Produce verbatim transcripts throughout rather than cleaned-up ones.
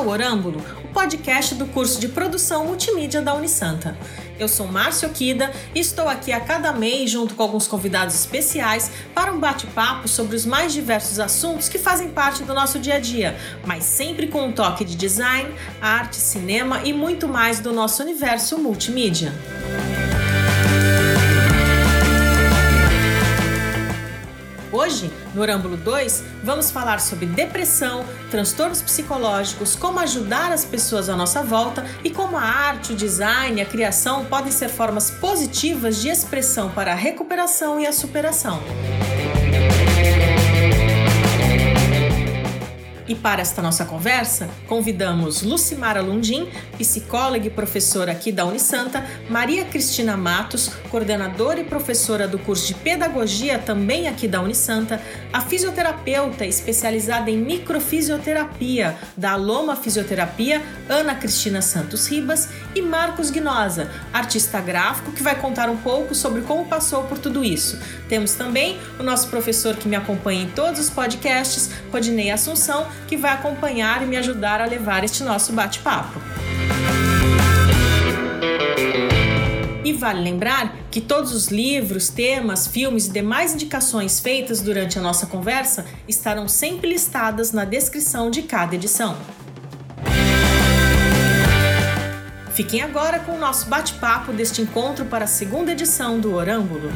o Orâmbulo, o podcast do curso de Produção Multimídia da Unisanta. Eu sou Márcia Okida e estou aqui a cada mês junto com alguns convidados especiais para um bate-papo sobre os mais diversos assuntos que fazem parte do nosso dia a dia, mas sempre com um toque de design, arte, cinema e muito mais do nosso universo multimídia. Hoje, no Orâmbulo dois, vamos falar sobre depressão, transtornos psicológicos, como ajudar as pessoas à nossa volta e como a arte, o design e a criação podem ser formas positivas de expressão para a recuperação e a superação. E para esta nossa conversa, convidamos Lucimara Lundim, psicóloga e professora aqui da Unisanta, Maria Cristina Matos, coordenadora e professora do curso de Pedagogia também aqui da Unisanta, a fisioterapeuta especializada em microfisioterapia da Aloma Fisioterapia, Ana Cristina Santos Ribas, e Marcos Guinosa, artista gráfico, que vai contar um pouco sobre como passou por tudo isso. Temos também o nosso professor que me acompanha em todos os podcasts, Rodinei Assunção, que vai acompanhar e me ajudar a levar este nosso bate-papo. E vale lembrar que todos os livros, temas, filmes e demais indicações feitas durante a nossa conversa estarão sempre listadas na descrição de cada edição. Fiquem agora com o nosso bate-papo deste encontro para a segunda edição do Orâmbulo.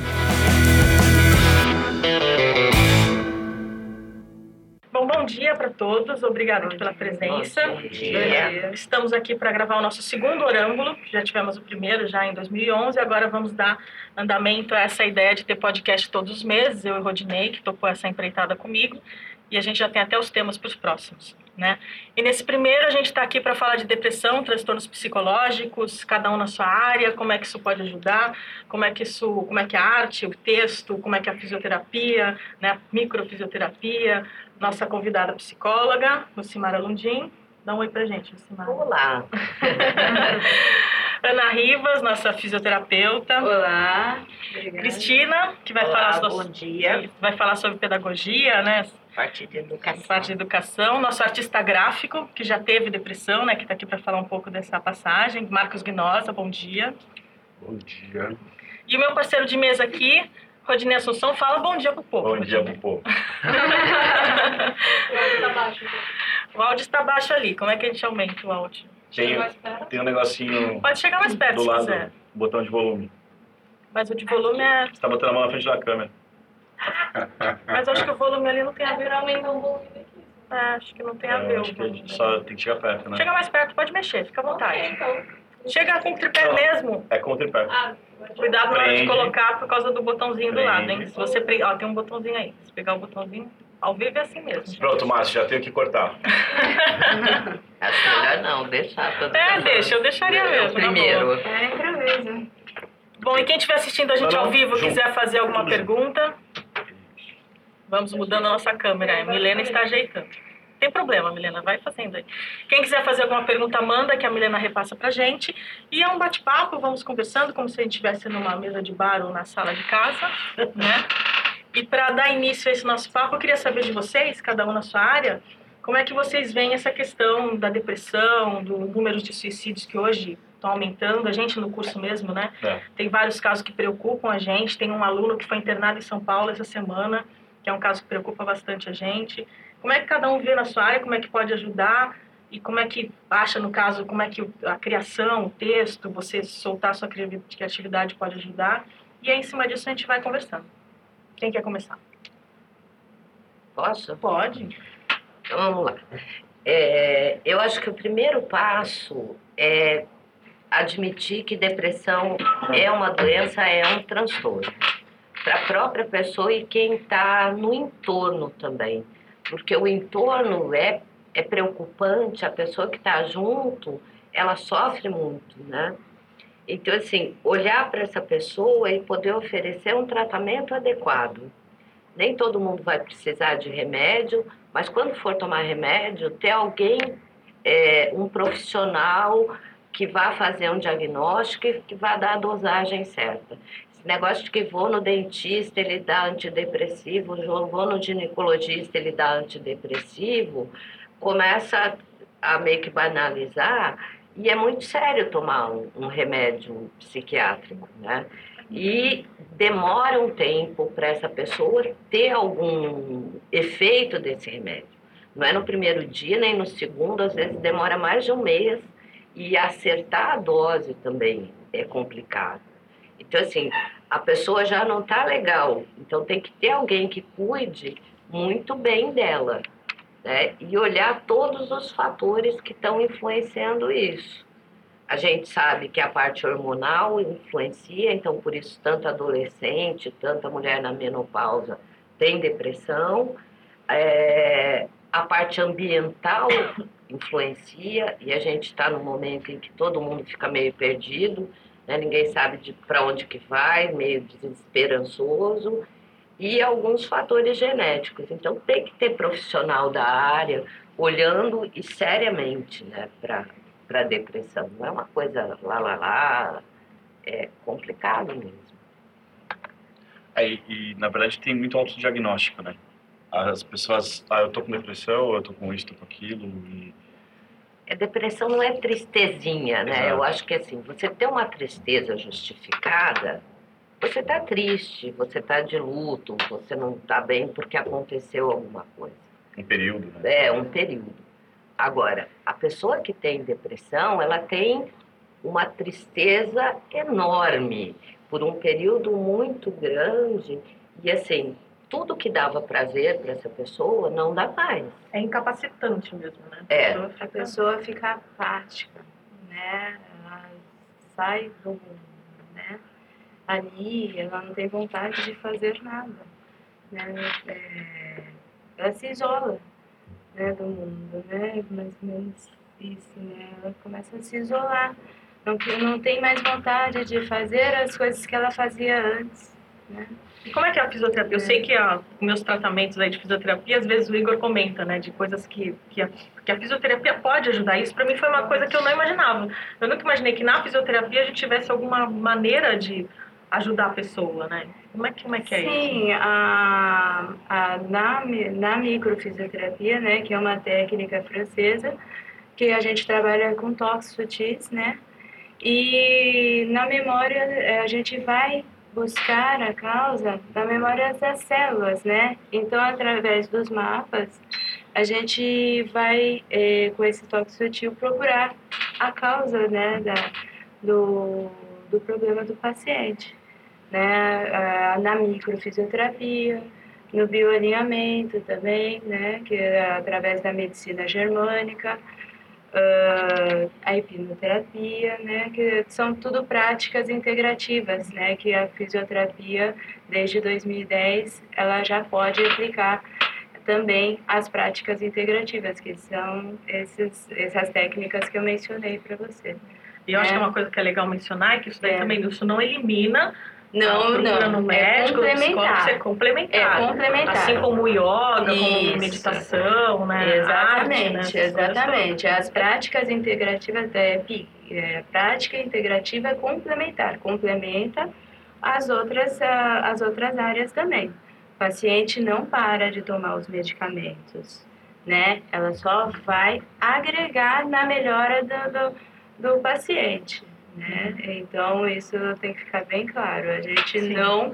Bom, bom dia para todos, obrigada pela presença. Bom dia. Estamos aqui para gravar o nosso segundo Orâmbulo, já tivemos o primeiro já em dois mil e onze, agora vamos dar andamento a essa ideia de ter podcast todos os meses, eu e o Rodinei, que topou essa empreitada comigo, e a gente já tem até os temas para os próximos, né? E nesse primeiro a gente está aqui para falar de depressão, transtornos psicológicos, cada um na sua área, como é que isso pode ajudar, como é que isso, como é que a arte, o texto, como é que a fisioterapia, né, a microfisioterapia. Nossa convidada psicóloga, Lucimara Lundim. Dá um oi pra gente, Lucimara. Olá. Ana Rivas, nossa fisioterapeuta. Olá. Obrigada. Cristina, que vai, Olá, falar sobre, bom dia. vai falar sobre pedagogia, né? Parte de educação. Parte de educação. Nosso artista gráfico, que já teve depressão, né? Que está aqui para falar um pouco dessa passagem. Marcos Guinosa, bom dia. Bom dia. E o meu parceiro de mesa aqui, Rodinei Assunção, fala bom dia pro povo. Bom dia pro povo. O áudio está baixo. O áudio está baixo ali. Como é que a gente aumenta o áudio? Tem, tem um negocinho Pode chegar mais perto do se lado, quiser. botão de volume. Mas o de volume é... Você tá botando a mão na frente da câmera. Mas eu acho que o volume ali não tem a ver. Aumenta o volume daqui. É, acho que não tem a É, ver. acho que a gente só tem que chegar perto, né? Chega mais perto, pode mexer, fica à vontade. Ok, então. Chega com o tripé Não. mesmo. É com o tripé. Ah, Cuidado na hora de Prende. colocar por causa do botãozinho do Prende. lado, hein? Se você pre... Ó, tem um botãozinho aí. Se pegar o botãozinho, ao vivo é assim mesmo. Pronto, Márcio, já tenho que cortar. Acho melhor não, deixar todo É, mundo. deixa, eu deixaria É mesmo. o na primeiro. boa. é improvisa. Bom, e quem estiver assistindo a gente Não, não, ao vivo junto. quiser fazer alguma Tudo pergunta, vamos mudando a nossa câmera. A Milena está ajeitando. Tem problema, Milena, vai fazendo aí. Quem quiser fazer alguma pergunta, manda, que a Milena repassa pra gente. E é um bate-papo, vamos conversando, como se a gente estivesse numa mesa de bar ou na sala de casa, né? E para dar início a esse nosso papo, eu queria saber de vocês, cada um na sua área, como é que vocês veem essa questão da depressão, do número de suicídios que hoje estão aumentando, a gente no curso mesmo, né? É. Tem vários casos que preocupam a gente. Tem um aluno que foi internado em São Paulo essa semana, que é um caso que preocupa bastante a gente. Como é que cada um vê na sua área, como é que pode ajudar e como é que acha, no caso, como é que a criação, o texto, você soltar a sua criatividade pode ajudar. E aí, em cima disso, a gente vai conversando. Quem quer começar? Posso? Pode. Então vamos lá. É, eu acho que o primeiro passo é admitir que depressão é uma doença, é um transtorno. Para a própria pessoa e quem está no entorno também. Porque o entorno é, é preocupante, a pessoa que está junto, ela sofre muito, né? Então, assim, olhar para essa pessoa e poder oferecer um tratamento adequado. Nem todo mundo vai precisar de remédio, mas quando for tomar remédio, ter alguém, é, um profissional que vá fazer um diagnóstico e que vá dar a dosagem certa. Esse negócio de que vou no dentista, ele dá antidepressivo, vou no ginecologista, ele dá antidepressivo, começa a meio que banalizar, e é muito sério tomar um, um remédio psiquiátrico, né? E demora um tempo para essa pessoa ter algum efeito desse remédio. Não é no primeiro dia, nem no segundo, às vezes demora mais de um mês, e acertar a dose também é complicado. Então, assim, a pessoa já não está legal, então tem que ter alguém que cuide muito bem dela, né? E olhar todos os fatores que estão influenciando isso. A gente sabe que a parte hormonal influencia, então por isso tanto adolescente, tanta mulher na menopausa tem depressão. É, a parte ambiental influencia, e a gente está num momento em que todo mundo fica meio perdido, né? Ninguém sabe para onde que vai, meio desesperançoso. E alguns fatores genéticos. Então, tem que ter profissional da área olhando e seriamente, né, para a depressão. Não é uma coisa lá, lá, lá, é complicado mesmo. É, e, e, na verdade, tem muito autodiagnóstico, né? As pessoas, ah, eu tô com depressão, eu tô com isso, tô com aquilo. E... A depressão não é tristezinha, né? Exato. Eu acho que, assim, você ter uma tristeza justificada, você está triste, você está de luto, você não está bem porque aconteceu alguma coisa. Um período, né? É, um período. Agora, a pessoa que tem depressão, ela tem uma tristeza enorme por um período muito grande e, assim, tudo que dava prazer para essa pessoa não dá mais. É incapacitante mesmo, né? A É. pessoa fica, a pessoa fica apática, né? Ela sai do mundo, né? Ali, ela não tem vontade de fazer nada, né? É, ela se isola, né, do mundo, né? Mais ou menos isso, né? Ela começa a se isolar, não, não tem mais vontade de fazer as coisas que ela fazia antes, né? E como é que é a fisioterapia? Eu sei que a, meus tratamentos aí de fisioterapia, às vezes o Igor comenta, né, de coisas que, que, a, que a fisioterapia pode ajudar. Isso para mim foi uma coisa que eu não imaginava. Eu nunca imaginei que na fisioterapia a gente tivesse alguma maneira de ajudar a pessoa, né? Como é que, como é, que é isso? Sim, a, a, na, na microfisioterapia, né, que é uma técnica francesa, que a gente trabalha com toques sutis, né? E na memória a gente vai buscar a causa da memória das células, né? Então, através dos mapas, a gente vai, eh, com esse toque sutil, procurar a causa, né, da, do, do problema do paciente, né? Na microfisioterapia, no bioalinhamento também, né? Que é através da medicina germânica, Uh, a hipnoterapia, né, que são tudo práticas integrativas, né, que a fisioterapia, desde dois mil e dez, ela já pode aplicar também as práticas integrativas, que são esses, essas técnicas que eu mencionei para você. E eu é. acho que é uma coisa que é legal mencionar, é que isso daí é. também, isso não elimina Não, a procura não, no médico, é no psicólogo, isso é complementar. É complementar. Assim como o yoga, Isso. como meditação, né? Exatamente, arte, né? exatamente. As práticas integrativas é, é prática integrativa complementar, complementa as outras, as outras áreas também. O paciente não para de tomar os medicamentos, né? Ela só vai agregar na melhora do, do, do paciente. Né? Então, isso tem que ficar bem claro. A gente Sim. não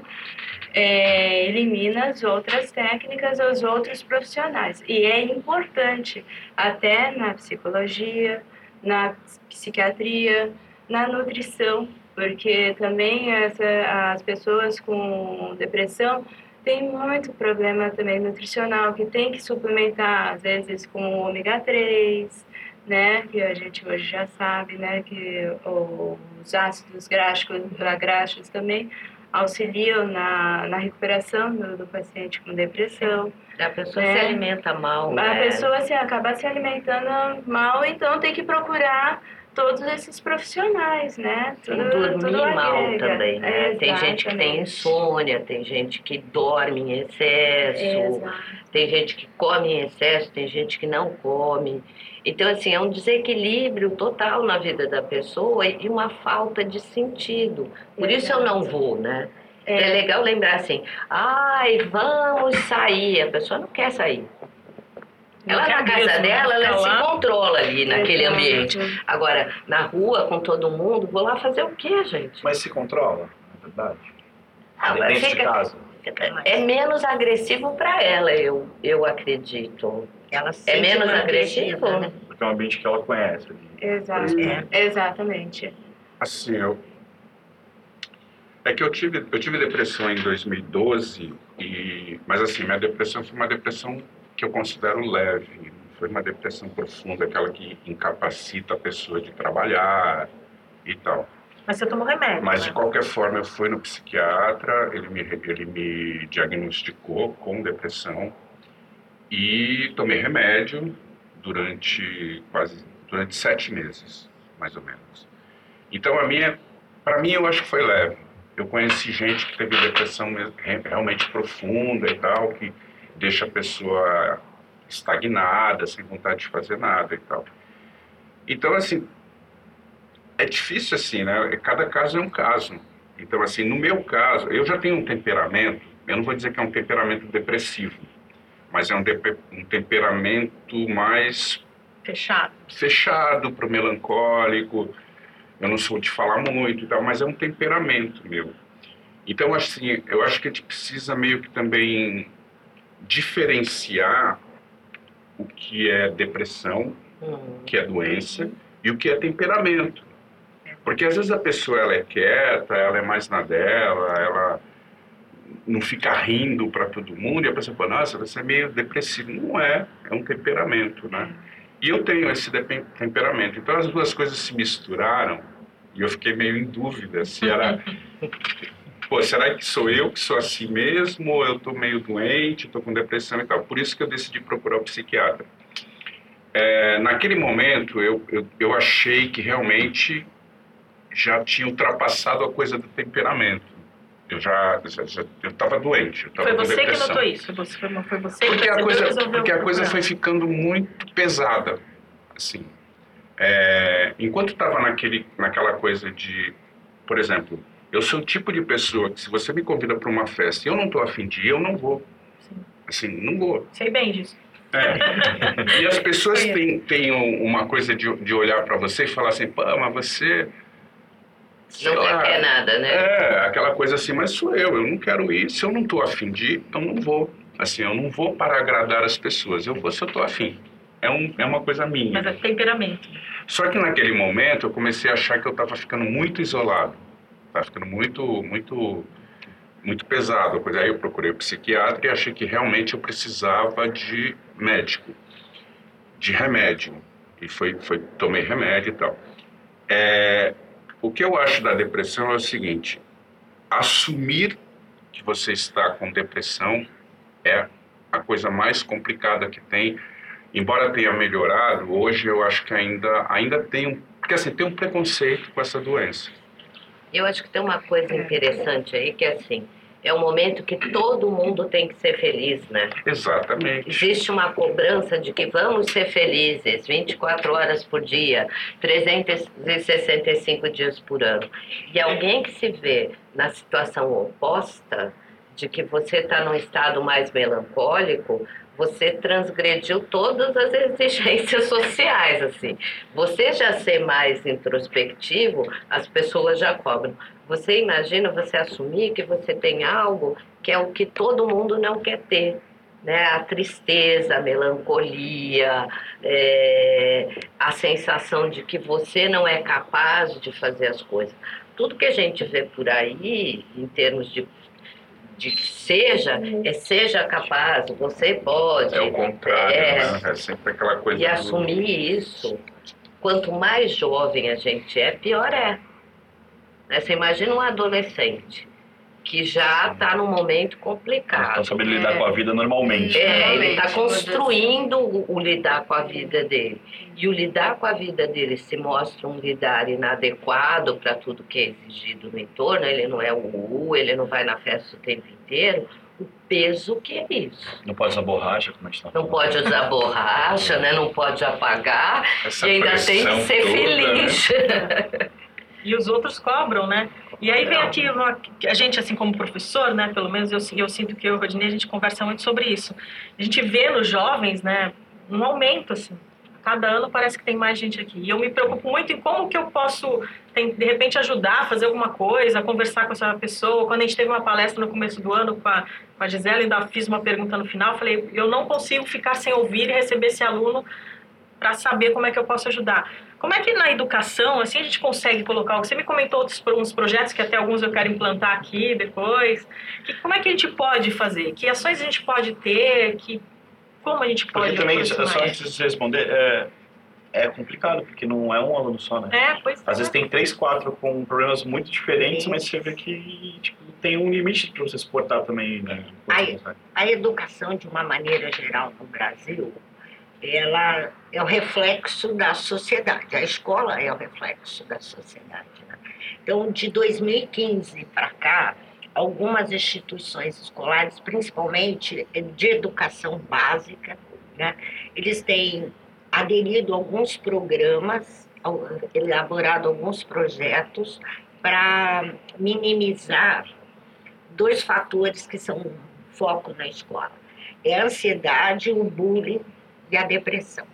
é, elimina as outras técnicas, os outros profissionais. E é importante, até na psicologia, na psiquiatria, na nutrição, porque também essa, as pessoas com depressão têm muito problema também nutricional, que tem que suplementar, às vezes, com ômega três, né, que a gente hoje já sabe, né, que os ácidos graxos, graxos também auxiliam na, na recuperação do, do paciente com depressão. A pessoa né? se alimenta mal, A né? pessoa se acaba se alimentando mal, então tem que procurar todos esses profissionais, né? Tudo, dormir tudo mal também, né? É, tem gente que tem insônia, tem gente que dorme em excesso, Exato. Tem gente que come em excesso, tem gente que não come. Então, assim, é um desequilíbrio total na vida da pessoa e uma falta de sentido. Por Exato. Isso eu não vou, né? É. é legal lembrar assim, ai, vamos sair. A pessoa não quer sair. Ela na casa mesmo, dela, né? ela Tá lá. se controla ali naquele Exato. ambiente. Agora, na rua, com todo mundo, vou lá fazer o quê, gente? Mas se controla, na verdade. Ah, Dentro de fica- casa. É menos agressivo para ela, eu, eu acredito. Ela É sente menos uma agressivo? agressiva, né? Porque é um ambiente que ela conhece. ali. Exato. É. Exatamente. Assim, eu... É que eu tive, eu tive depressão em dois mil e doze, e... mas assim, minha depressão foi uma depressão que eu considero leve. Não foi uma depressão profunda, aquela que incapacita a pessoa de trabalhar e tal. Mas você tomou remédio, Mas, né? de qualquer forma, eu fui no psiquiatra, ele me, ele me diagnosticou com depressão e tomei remédio durante quase durante sete meses, mais ou menos. Então, a minha, para mim, eu acho que foi leve. Eu conheci gente que teve depressão mesmo, realmente profunda e tal, que deixa a pessoa estagnada, sem vontade de fazer nada e tal. Então, assim, é difícil assim, né? Cada caso é um caso. Então, assim, no meu caso, eu já tenho um temperamento, eu não vou dizer que é um temperamento depressivo, mas é um, de, um temperamento mais Fechado. fechado para o melancólico. Eu não sou de falar muito e tal, mas é um temperamento meu. Então, assim, eu acho que a gente precisa meio que também diferenciar o que é depressão, o que é doença e o que é temperamento. Porque às vezes a pessoa ela é quieta, ela é mais na dela, ela não fica rindo para todo mundo e a pessoa fala, nossa, você é meio depressivo. Não é, é um temperamento, né? E eu tenho esse temperamento. Então as duas coisas se misturaram e eu fiquei meio em dúvida se era... Pô, será que sou eu que sou assim mesmo? Ou eu estou meio doente, estou com depressão e tal? Por isso que eu decidi procurar o psiquiatra. É, naquele momento, eu, eu, eu achei que realmente já tinha ultrapassado a coisa do temperamento. Eu já eu estava doente. Eu tava Foi com você depressão. que notou isso? Foi você, foi você Porque que a coisa, resolveu porque a coisa procurar. foi ficando muito pesada, assim. É, enquanto estava naquele, naquela coisa de, por exemplo, eu sou o tipo de pessoa que se você me convida para uma festa e eu não estou a fim de ir, eu não vou. Sim. Assim, não vou. Sei bem disso. É. E as pessoas têm, têm uma coisa de, de olhar para você e falar assim, pô, mas você... Não lá, quer nada, né? É, aquela coisa assim, mas sou eu, eu não quero ir. Se eu não estou a fim de ir, eu não vou. Assim, eu não vou para agradar as pessoas, eu vou se eu estou a fim. É, um, é uma coisa minha. Mas é temperamento. Só que naquele momento eu comecei a achar que eu estava ficando muito isolado. Estava ficando muito, muito, muito pesado. Aí eu procurei o psiquiatra e achei que realmente eu precisava de médico, de remédio. E foi, foi, tomei remédio e tal. É, o que eu acho da depressão é o seguinte, assumir que você está com depressão é a coisa mais complicada que tem. Embora tenha melhorado, hoje eu acho que ainda, ainda tem um... Porque assim, tem um preconceito com essa doença. Eu acho que tem uma coisa interessante aí, que é assim, é um momento que todo mundo tem que ser feliz, né? Exatamente. Existe uma cobrança de que vamos ser felizes vinte e quatro horas por dia, trezentos e sessenta e cinco dias por ano. E alguém que se vê na situação oposta, de que você está num estado mais melancólico, você transgrediu todas as exigências sociais, assim. Você já ser mais introspectivo, as pessoas já cobram. Você imagina você assumir que você tem algo que é o que todo mundo não quer ter, né? A tristeza, a melancolia, é, a sensação de que você não é capaz de fazer as coisas. Tudo que a gente vê por aí, em termos de de seja, é seja capaz, você pode. É o contrário, é, né? É sempre aquela coisa... E do... assumir isso, quanto mais jovem a gente é, pior é. Né? Você imagina um adolescente que já está num momento complicado. Estão sabendo lidar com a vida normalmente. É, ele está construindo o, o lidar com a vida dele. E o lidar com a vida dele se mostra um lidar inadequado para tudo que é exigido no entorno. Ele não é o U, ele não vai na festa o tempo inteiro. O peso que é isso. Não pode usar borracha, como a gente está Não pode usar borracha, né? Não pode apagar. Essa e ainda tem que pressão ser toda, feliz. né? E os outros cobram, né? E aí vem aqui, uma, a gente, assim como professor, né? Pelo menos eu, eu sinto que eu e o Rodinei, a gente conversa muito sobre isso. A gente vê nos jovens, né? um aumento, assim. Cada ano parece que tem mais gente aqui. E eu me preocupo muito em como que eu posso, tem, de repente, ajudar, fazer alguma coisa, conversar com essa pessoa. Quando a gente teve uma palestra no começo do ano com a, com a Gisela, ainda fiz uma pergunta no final, falei, eu não consigo ficar sem ouvir e receber esse aluno para saber como é que eu posso ajudar. Como é que na educação, assim, a gente consegue colocar... Você me comentou outros uns projetos, que até alguns eu quero implantar aqui depois. Que, como é que a gente pode fazer? Que ações a gente pode ter? Que... Como a gente pode... Porque também, só antes de você responder, é, é complicado, porque não é um aluno só, né? É, pois Às é. vezes tem três, quatro com problemas muito diferentes, Sim. mas você vê que tipo, tem um limite para você exportar também, né? A, a educação, de uma maneira geral, no Brasil, ela é o reflexo da sociedade. A escola é o reflexo da sociedade, né? Então, de dois mil e quinze para cá, algumas instituições escolares, principalmente de educação básica, né, eles têm aderido a alguns programas, elaborado alguns projetos para minimizar dois fatores que são foco na escola. É a ansiedade, o bullying e a depressão.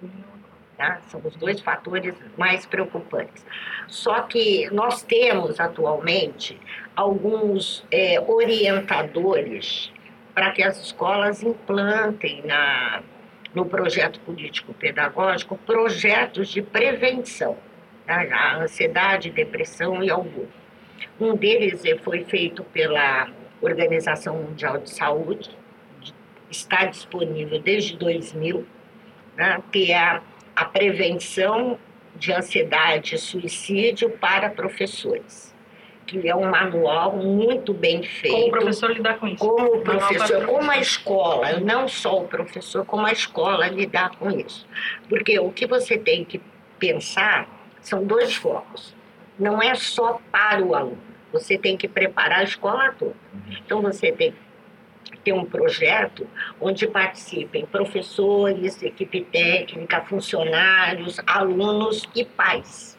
Tá? São os dois fatores mais preocupantes. Só que nós temos atualmente alguns é, orientadores para que as escolas implantem na, no projeto político-pedagógico projetos de prevenção, tá? A ansiedade, depressão e ao bullying. Um deles foi feito pela Organização Mundial de Saúde, está disponível desde dois mil, né, que é a, a prevenção de ansiedade e suicídio para professores, que é um manual muito bem feito. Como o professor lidar com isso? Como o professor, como a escola, não só o professor, como a escola lidar com isso. Porque o que você tem que pensar são dois focos. Não é só para o aluno, você tem que preparar a escola toda. Então, você tem que ter um projeto onde participem professores, equipe técnica, funcionários, alunos e pais.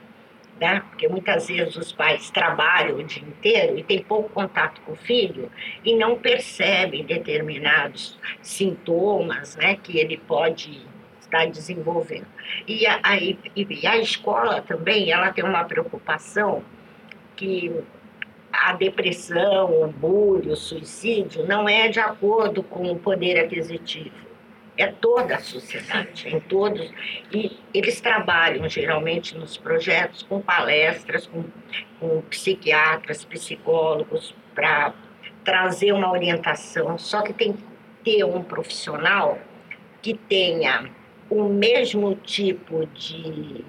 Né? Porque muitas vezes os pais trabalham o dia inteiro e têm pouco contato com o filho e não percebem determinados sintomas, né, que ele pode estar desenvolvendo. E a, a, e a escola também, ela tem uma preocupação que a depressão, o bullying, o suicídio não é de acordo com o poder aquisitivo. É toda a sociedade, em todos. E eles trabalham geralmente nos projetos com palestras, com, com psiquiatras, psicólogos, para trazer uma orientação. Só que tem que ter um profissional que tenha o mesmo tipo de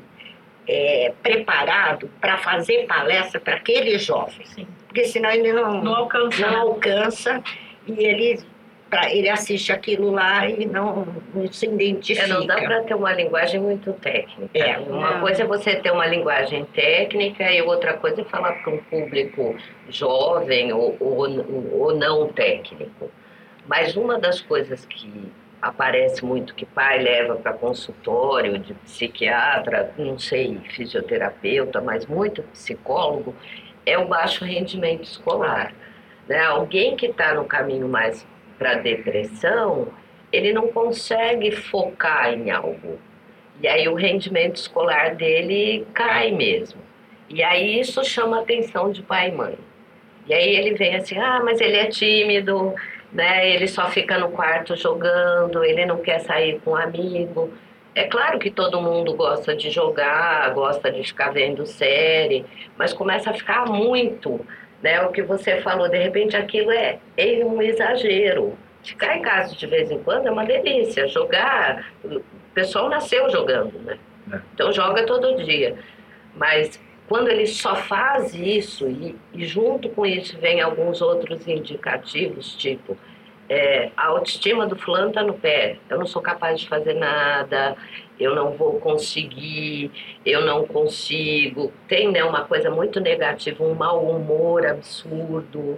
é, preparado para fazer palestra para aquele jovem. Sim. Porque senão ele não, não alcança, não alcança e ele, pra, ele assiste aquilo lá e não, não se identifica. É, não dá para ter uma linguagem muito técnica. É, uma não. coisa é você ter uma linguagem técnica e outra coisa é falar para um público jovem ou, ou, ou não técnico. Mas uma das coisas que aparece muito, que pai leva para consultório de psiquiatra, não sei, fisioterapeuta, mas muito psicólogo, é o baixo rendimento escolar. Né? Alguém que está no caminho mais para depressão, ele não consegue focar em algo. E aí o rendimento escolar dele cai mesmo. E aí isso chama a atenção de pai e mãe. E aí ele vem assim, ah, mas ele é tímido, né? Ele só fica no quarto jogando, ele não quer sair com um amigo. É claro que todo mundo gosta de jogar, gosta de ficar vendo série, mas começa a ficar muito, né? O que você falou, de repente aquilo é, é um exagero. Ficar em casa de vez em quando é uma delícia. Jogar, o pessoal nasceu jogando, né? É. Então joga todo dia. Mas quando ele só faz isso e, e junto com isso vem alguns outros indicativos, tipo, é, a autoestima do fulano está no pé, eu não sou capaz de fazer nada, eu não vou conseguir, eu não consigo. Tem, né, uma coisa muito negativa, um mau humor absurdo,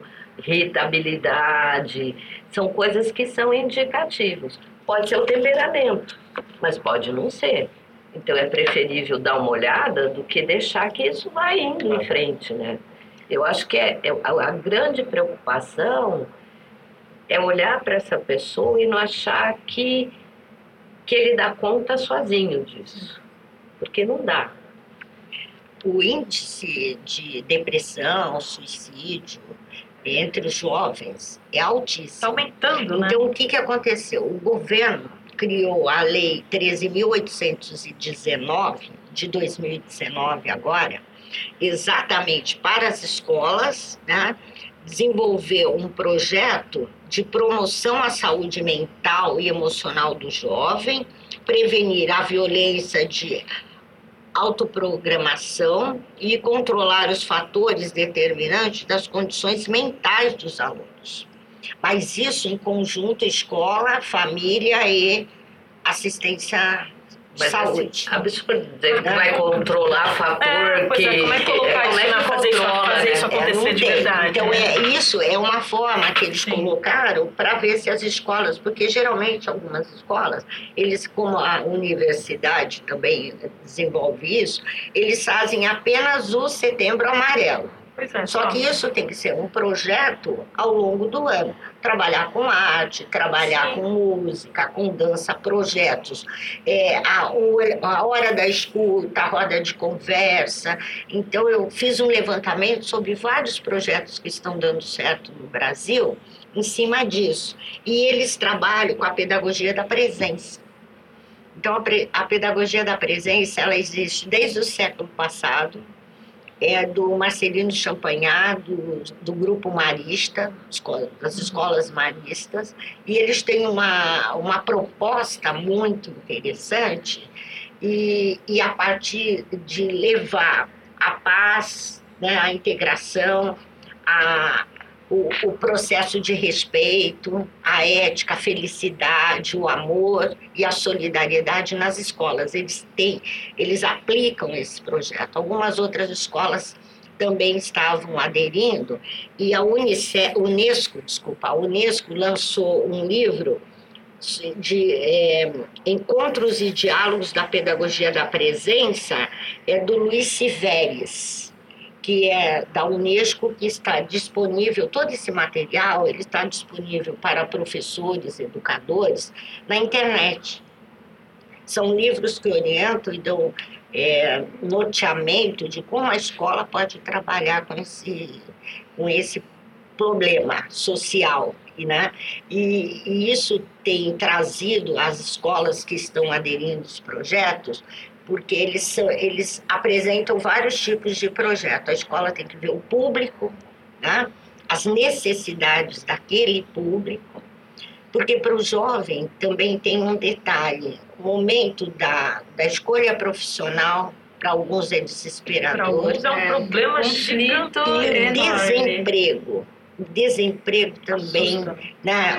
irritabilidade, são coisas que são indicativos. Pode ser o temperamento, mas pode não ser. Então é preferível dar uma olhada do que deixar que isso vá indo em frente, né? Eu acho que é, é a grande preocupação é olhar para essa pessoa e não achar que que ele dá conta sozinho disso, porque não dá. O índice de depressão, suicídio entre os jovens é altíssimo. Está aumentando, né? Então, o que, que aconteceu? O governo criou a Lei treze mil oitocentos e dezenove, de dois mil e dezenove agora, exatamente para as escolas, né? Desenvolveu um projeto de promoção à saúde mental e emocional do jovem, prevenir a violência de autoprogramação e controlar os fatores determinantes das condições mentais dos alunos. Mas isso em conjunto escola, família e assistência de saúde. Absurdo dizer que vai controlar fator é, que... É, como é que colocar isso, é fazer, isso, fazer isso acontecer é, de verdade? Então, né? é, isso é uma forma que eles Sim. colocaram para ver se as escolas, porque geralmente algumas escolas, eles, como a universidade também desenvolve isso, eles fazem apenas o Setembro Amarelo. Pois é, Só que isso tem que ser um projeto ao longo do ano. Trabalhar com arte, trabalhar Sim. com música, com dança, projetos. É, a, o, a hora da escuta, a roda de conversa. Então, eu fiz um levantamento sobre vários projetos que estão dando certo no Brasil em cima disso. E eles trabalham com a pedagogia da presença. Então, a, pre, a pedagogia da presença, ela existe desde o século passado. É do Marcelino Champagnat, do, do Grupo Marista, escola, das escolas maristas, e eles têm uma, uma proposta muito interessante, e, e a partir de levar a paz, né, a integração, a, o, o processo de respeito, a ética, a felicidade, o amor e a solidariedade nas escolas. Eles têm, eles aplicam esse projeto. Algumas outras escolas também estavam aderindo, e a Unicef, Unesco, desculpa, a Unesco lançou um livro de é, Encontros e Diálogos da Pedagogia da Presença, é do Luiz Siveres, que é da Unesco, que está disponível, todo esse material ele está disponível para professores, educadores, na internet. São livros que orientam e dão é, norteamento de como a escola pode trabalhar com esse, com esse problema social. Né? E, e isso tem trazido as escolas que estão aderindo aos projetos, porque eles, são, eles apresentam vários tipos de projeto. A escola tem que ver o público, né? As necessidades daquele público, porque para o jovem também tem um detalhe, o momento da, da escolha profissional, para alguns é desesperador. Para alguns é um é, problema conflito gigante. E enorme. desemprego. Desemprego também, né?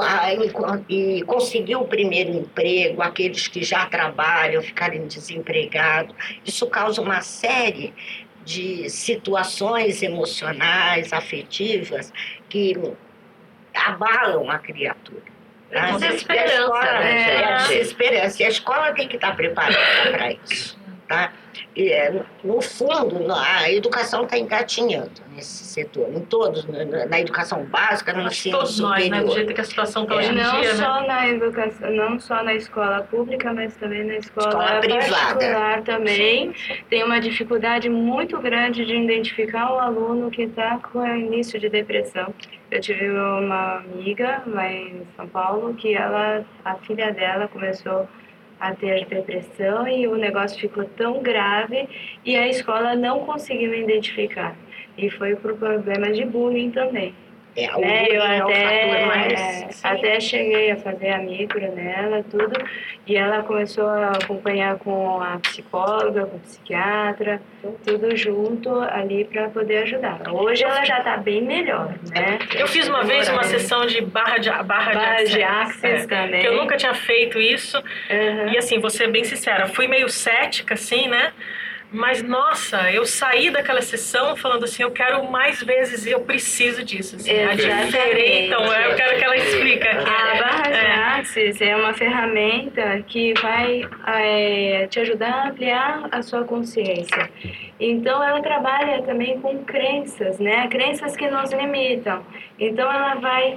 E conseguir o primeiro emprego, aqueles que já trabalham ficarem desempregados, isso causa uma série de situações emocionais, afetivas, que abalam a criatura. É desesperança, escola, né, é a gente? desesperança. E a escola tem que estar preparada para isso. Tá? E, no fundo, a educação está engatinhando nesse setor, em todos, na, na educação básica, no ensino Todos nós, superior. né? Do jeito que a situação está É. hoje em Não dia, só né? na educação, não só na escola pública, mas também na escola, Escola privada. particular também. Tem uma dificuldade muito grande de identificar o aluno que está com início de depressão. Eu tive uma amiga lá em São Paulo que ela, a filha dela começou a ter depressão e o negócio ficou tão grave e a escola não conseguiu identificar. E foi por problemas de bullying também. É, o Né? bullying Eu é o até, fator mais... é, até cheguei a fazer a micro nela, tudo, e ela começou a acompanhar com a psicóloga, com o psiquiatra, tudo junto ali para poder ajudar. Hoje ela já está bem melhor, né? Eu fiz uma vez uma sessão de barra de, barra Barra de de access, access é, também. que eu nunca tinha feito isso. Uhum. E assim, vou ser bem sincera, fui meio cética, assim, né? Mas, nossa, eu saí daquela sessão falando assim, eu quero mais vezes, eu preciso disso. Assim, Exatamente. Então, eu quero que ela explique. A barra de access é uma ferramenta que vai é, te ajudar a ampliar a sua consciência. Então, ela trabalha também com crenças, né? Crenças que nos limitam. Então, ela vai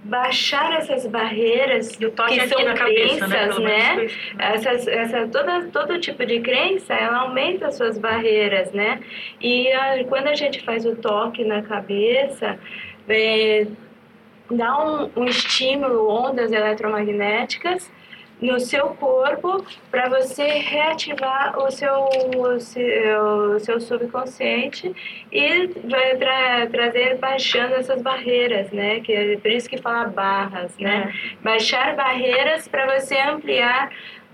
baixar essas barreiras E o toque que aqui são na cabeça, né? crenças, Pelo menos né? foi isso. Essas, essa, toda, todo tipo de crença, ela aumenta as suas barreiras, né? E a, quando a gente faz o toque na cabeça, é, dá um, um estímulo, ondas eletromagnéticas no seu corpo para você reativar o seu, o seu, o seu subconsciente e vai tra trazer baixando essas barreiras, né? Que é por isso que fala barras, né? É. Baixar barreiras para você ampliar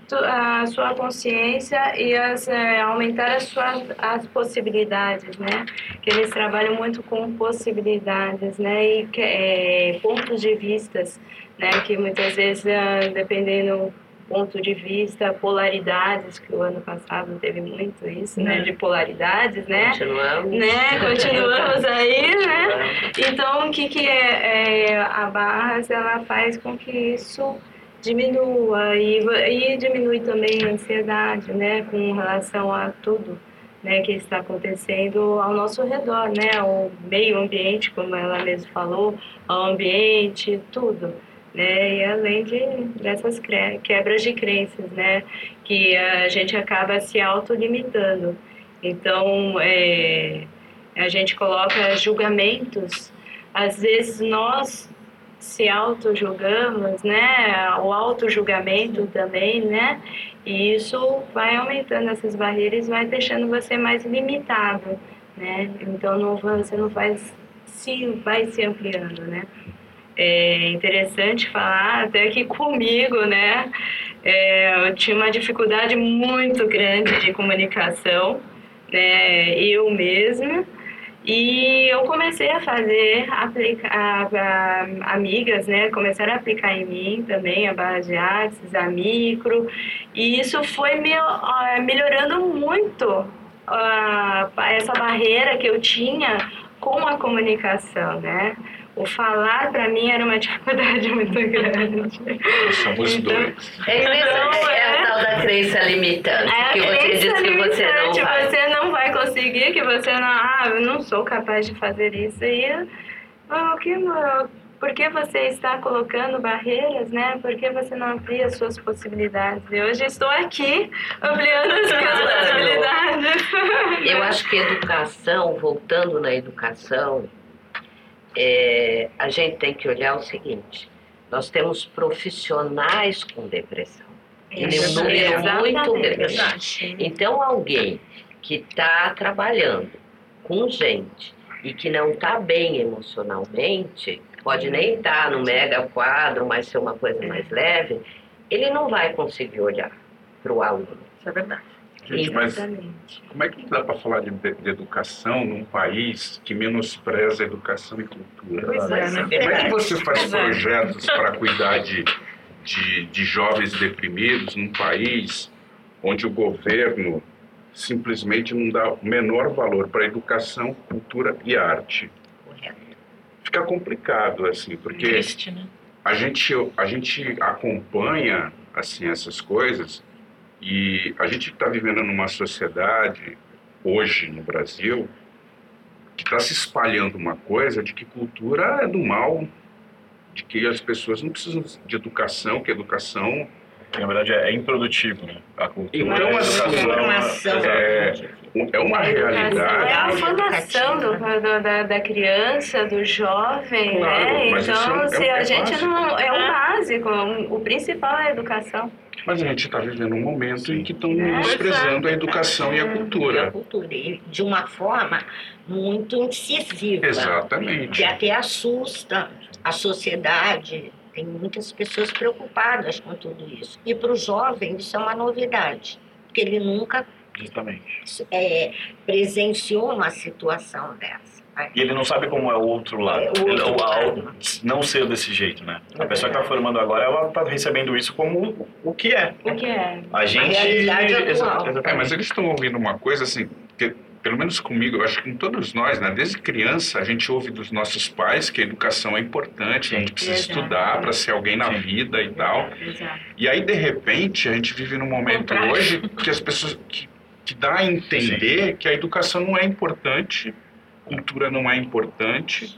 a sua consciência e as, é, aumentar as suas as possibilidades, né? Que eles trabalham muito com possibilidades, né? E que, é, pontos de vistas, né? Que muitas vezes, dependendo do ponto de vista, polaridades, que o ano passado teve muito isso, né? De polaridades, né? Continuamos. Né? Continuamos aí, né? Então, o que que é, é a Barras, ela faz com que isso diminua e, e diminui também a ansiedade, né, com relação a tudo, né, que está acontecendo ao nosso redor, né, o meio ambiente, como ela mesma falou, o ambiente, tudo, né, e além de, dessas quebras de crenças, né, que a gente acaba se autolimitando. Então, é, a gente coloca julgamentos, às vezes nós se auto-julgamos, né, o auto-julgamento também, né, e isso vai aumentando essas barreiras, vai deixando você mais limitado, né, então não, você não faz, se, vai se ampliando, né. É interessante falar até que comigo, né, é, eu tinha uma dificuldade muito grande de comunicação, né, eu mesma. E eu comecei a fazer, aplicar, a, a, amigas, né, começaram a aplicar em mim também a Barras de Artes, a micro, e isso foi me, uh, melhorando muito uh, essa barreira que eu tinha com a comunicação, né. O falar, para mim, era uma dificuldade muito grande. Somos então, dois. É, então, é, é a tal da crença limitante, é que você diz que você não vai. Você não vai conseguir, que você não... Ah, eu não sou capaz de fazer isso. E o que, por que você está colocando barreiras, né? Por que você não amplia as suas possibilidades? E hoje estou aqui, ampliando as minhas possibilidades. Eu acho que educação, voltando na educação, É, a gente tem que olhar o seguinte, nós temos profissionais com depressão, em um número muito grande. Então, alguém que está trabalhando com gente e que não está bem emocionalmente, pode nem estar no mega quadro, mas ser uma coisa mais leve, ele não vai conseguir olhar para o aluno. Isso é verdade. Gente, mas como é que dá para falar de, de educação num país que menospreza educação e cultura? Pois é, né? Como é que você faz projetos para cuidar de, de, de jovens deprimidos num país onde o governo simplesmente não dá o menor valor para educação, cultura e arte? Fica complicado, assim, porque Triste, né? a gente, a gente acompanha assim, essas coisas. E a gente está vivendo numa sociedade, hoje no Brasil, que está se espalhando uma coisa de que cultura é do mal, de que as pessoas não precisam de educação, que educação... Na verdade, é improdutivo, né? A cultura, então, a assim, informação. É, é uma realidade... É a formação do, do, da, da criança, do jovem, Claro, né? mas Então, isso é um- se é a gente básico. não... É o básico, o principal é a educação. Mas a gente está vivendo um momento em que estão menosprezando a educação e a E a cultura. cultura, e de uma forma muito incisiva. Exatamente. Que até assusta a sociedade. Tem muitas pessoas preocupadas com tudo isso. E para o jovem isso é uma novidade, porque ele nunca Justamente. é, presenciou uma situação dessa. Né? E ele não sabe como é o outro lado. É, o outro Ele- o- lado. a- não ser desse jeito, né? A É pessoa que está formando agora, ela está recebendo isso como o que é. O que é? A gente... realidade atual. Exa- É, exatamente. mas eles estão ouvindo uma coisa assim, que, pelo menos comigo, eu acho que com todos nós, né? Desde criança, a gente ouve dos nossos pais que a educação é importante, a gente precisa Exato. estudar para ser alguém na Sim. vida e tal. Exato. E aí, de repente, a gente vive num momento Contrário. hoje que as pessoas... Que, que dá a entender que a educação não é importante, cultura não é importante,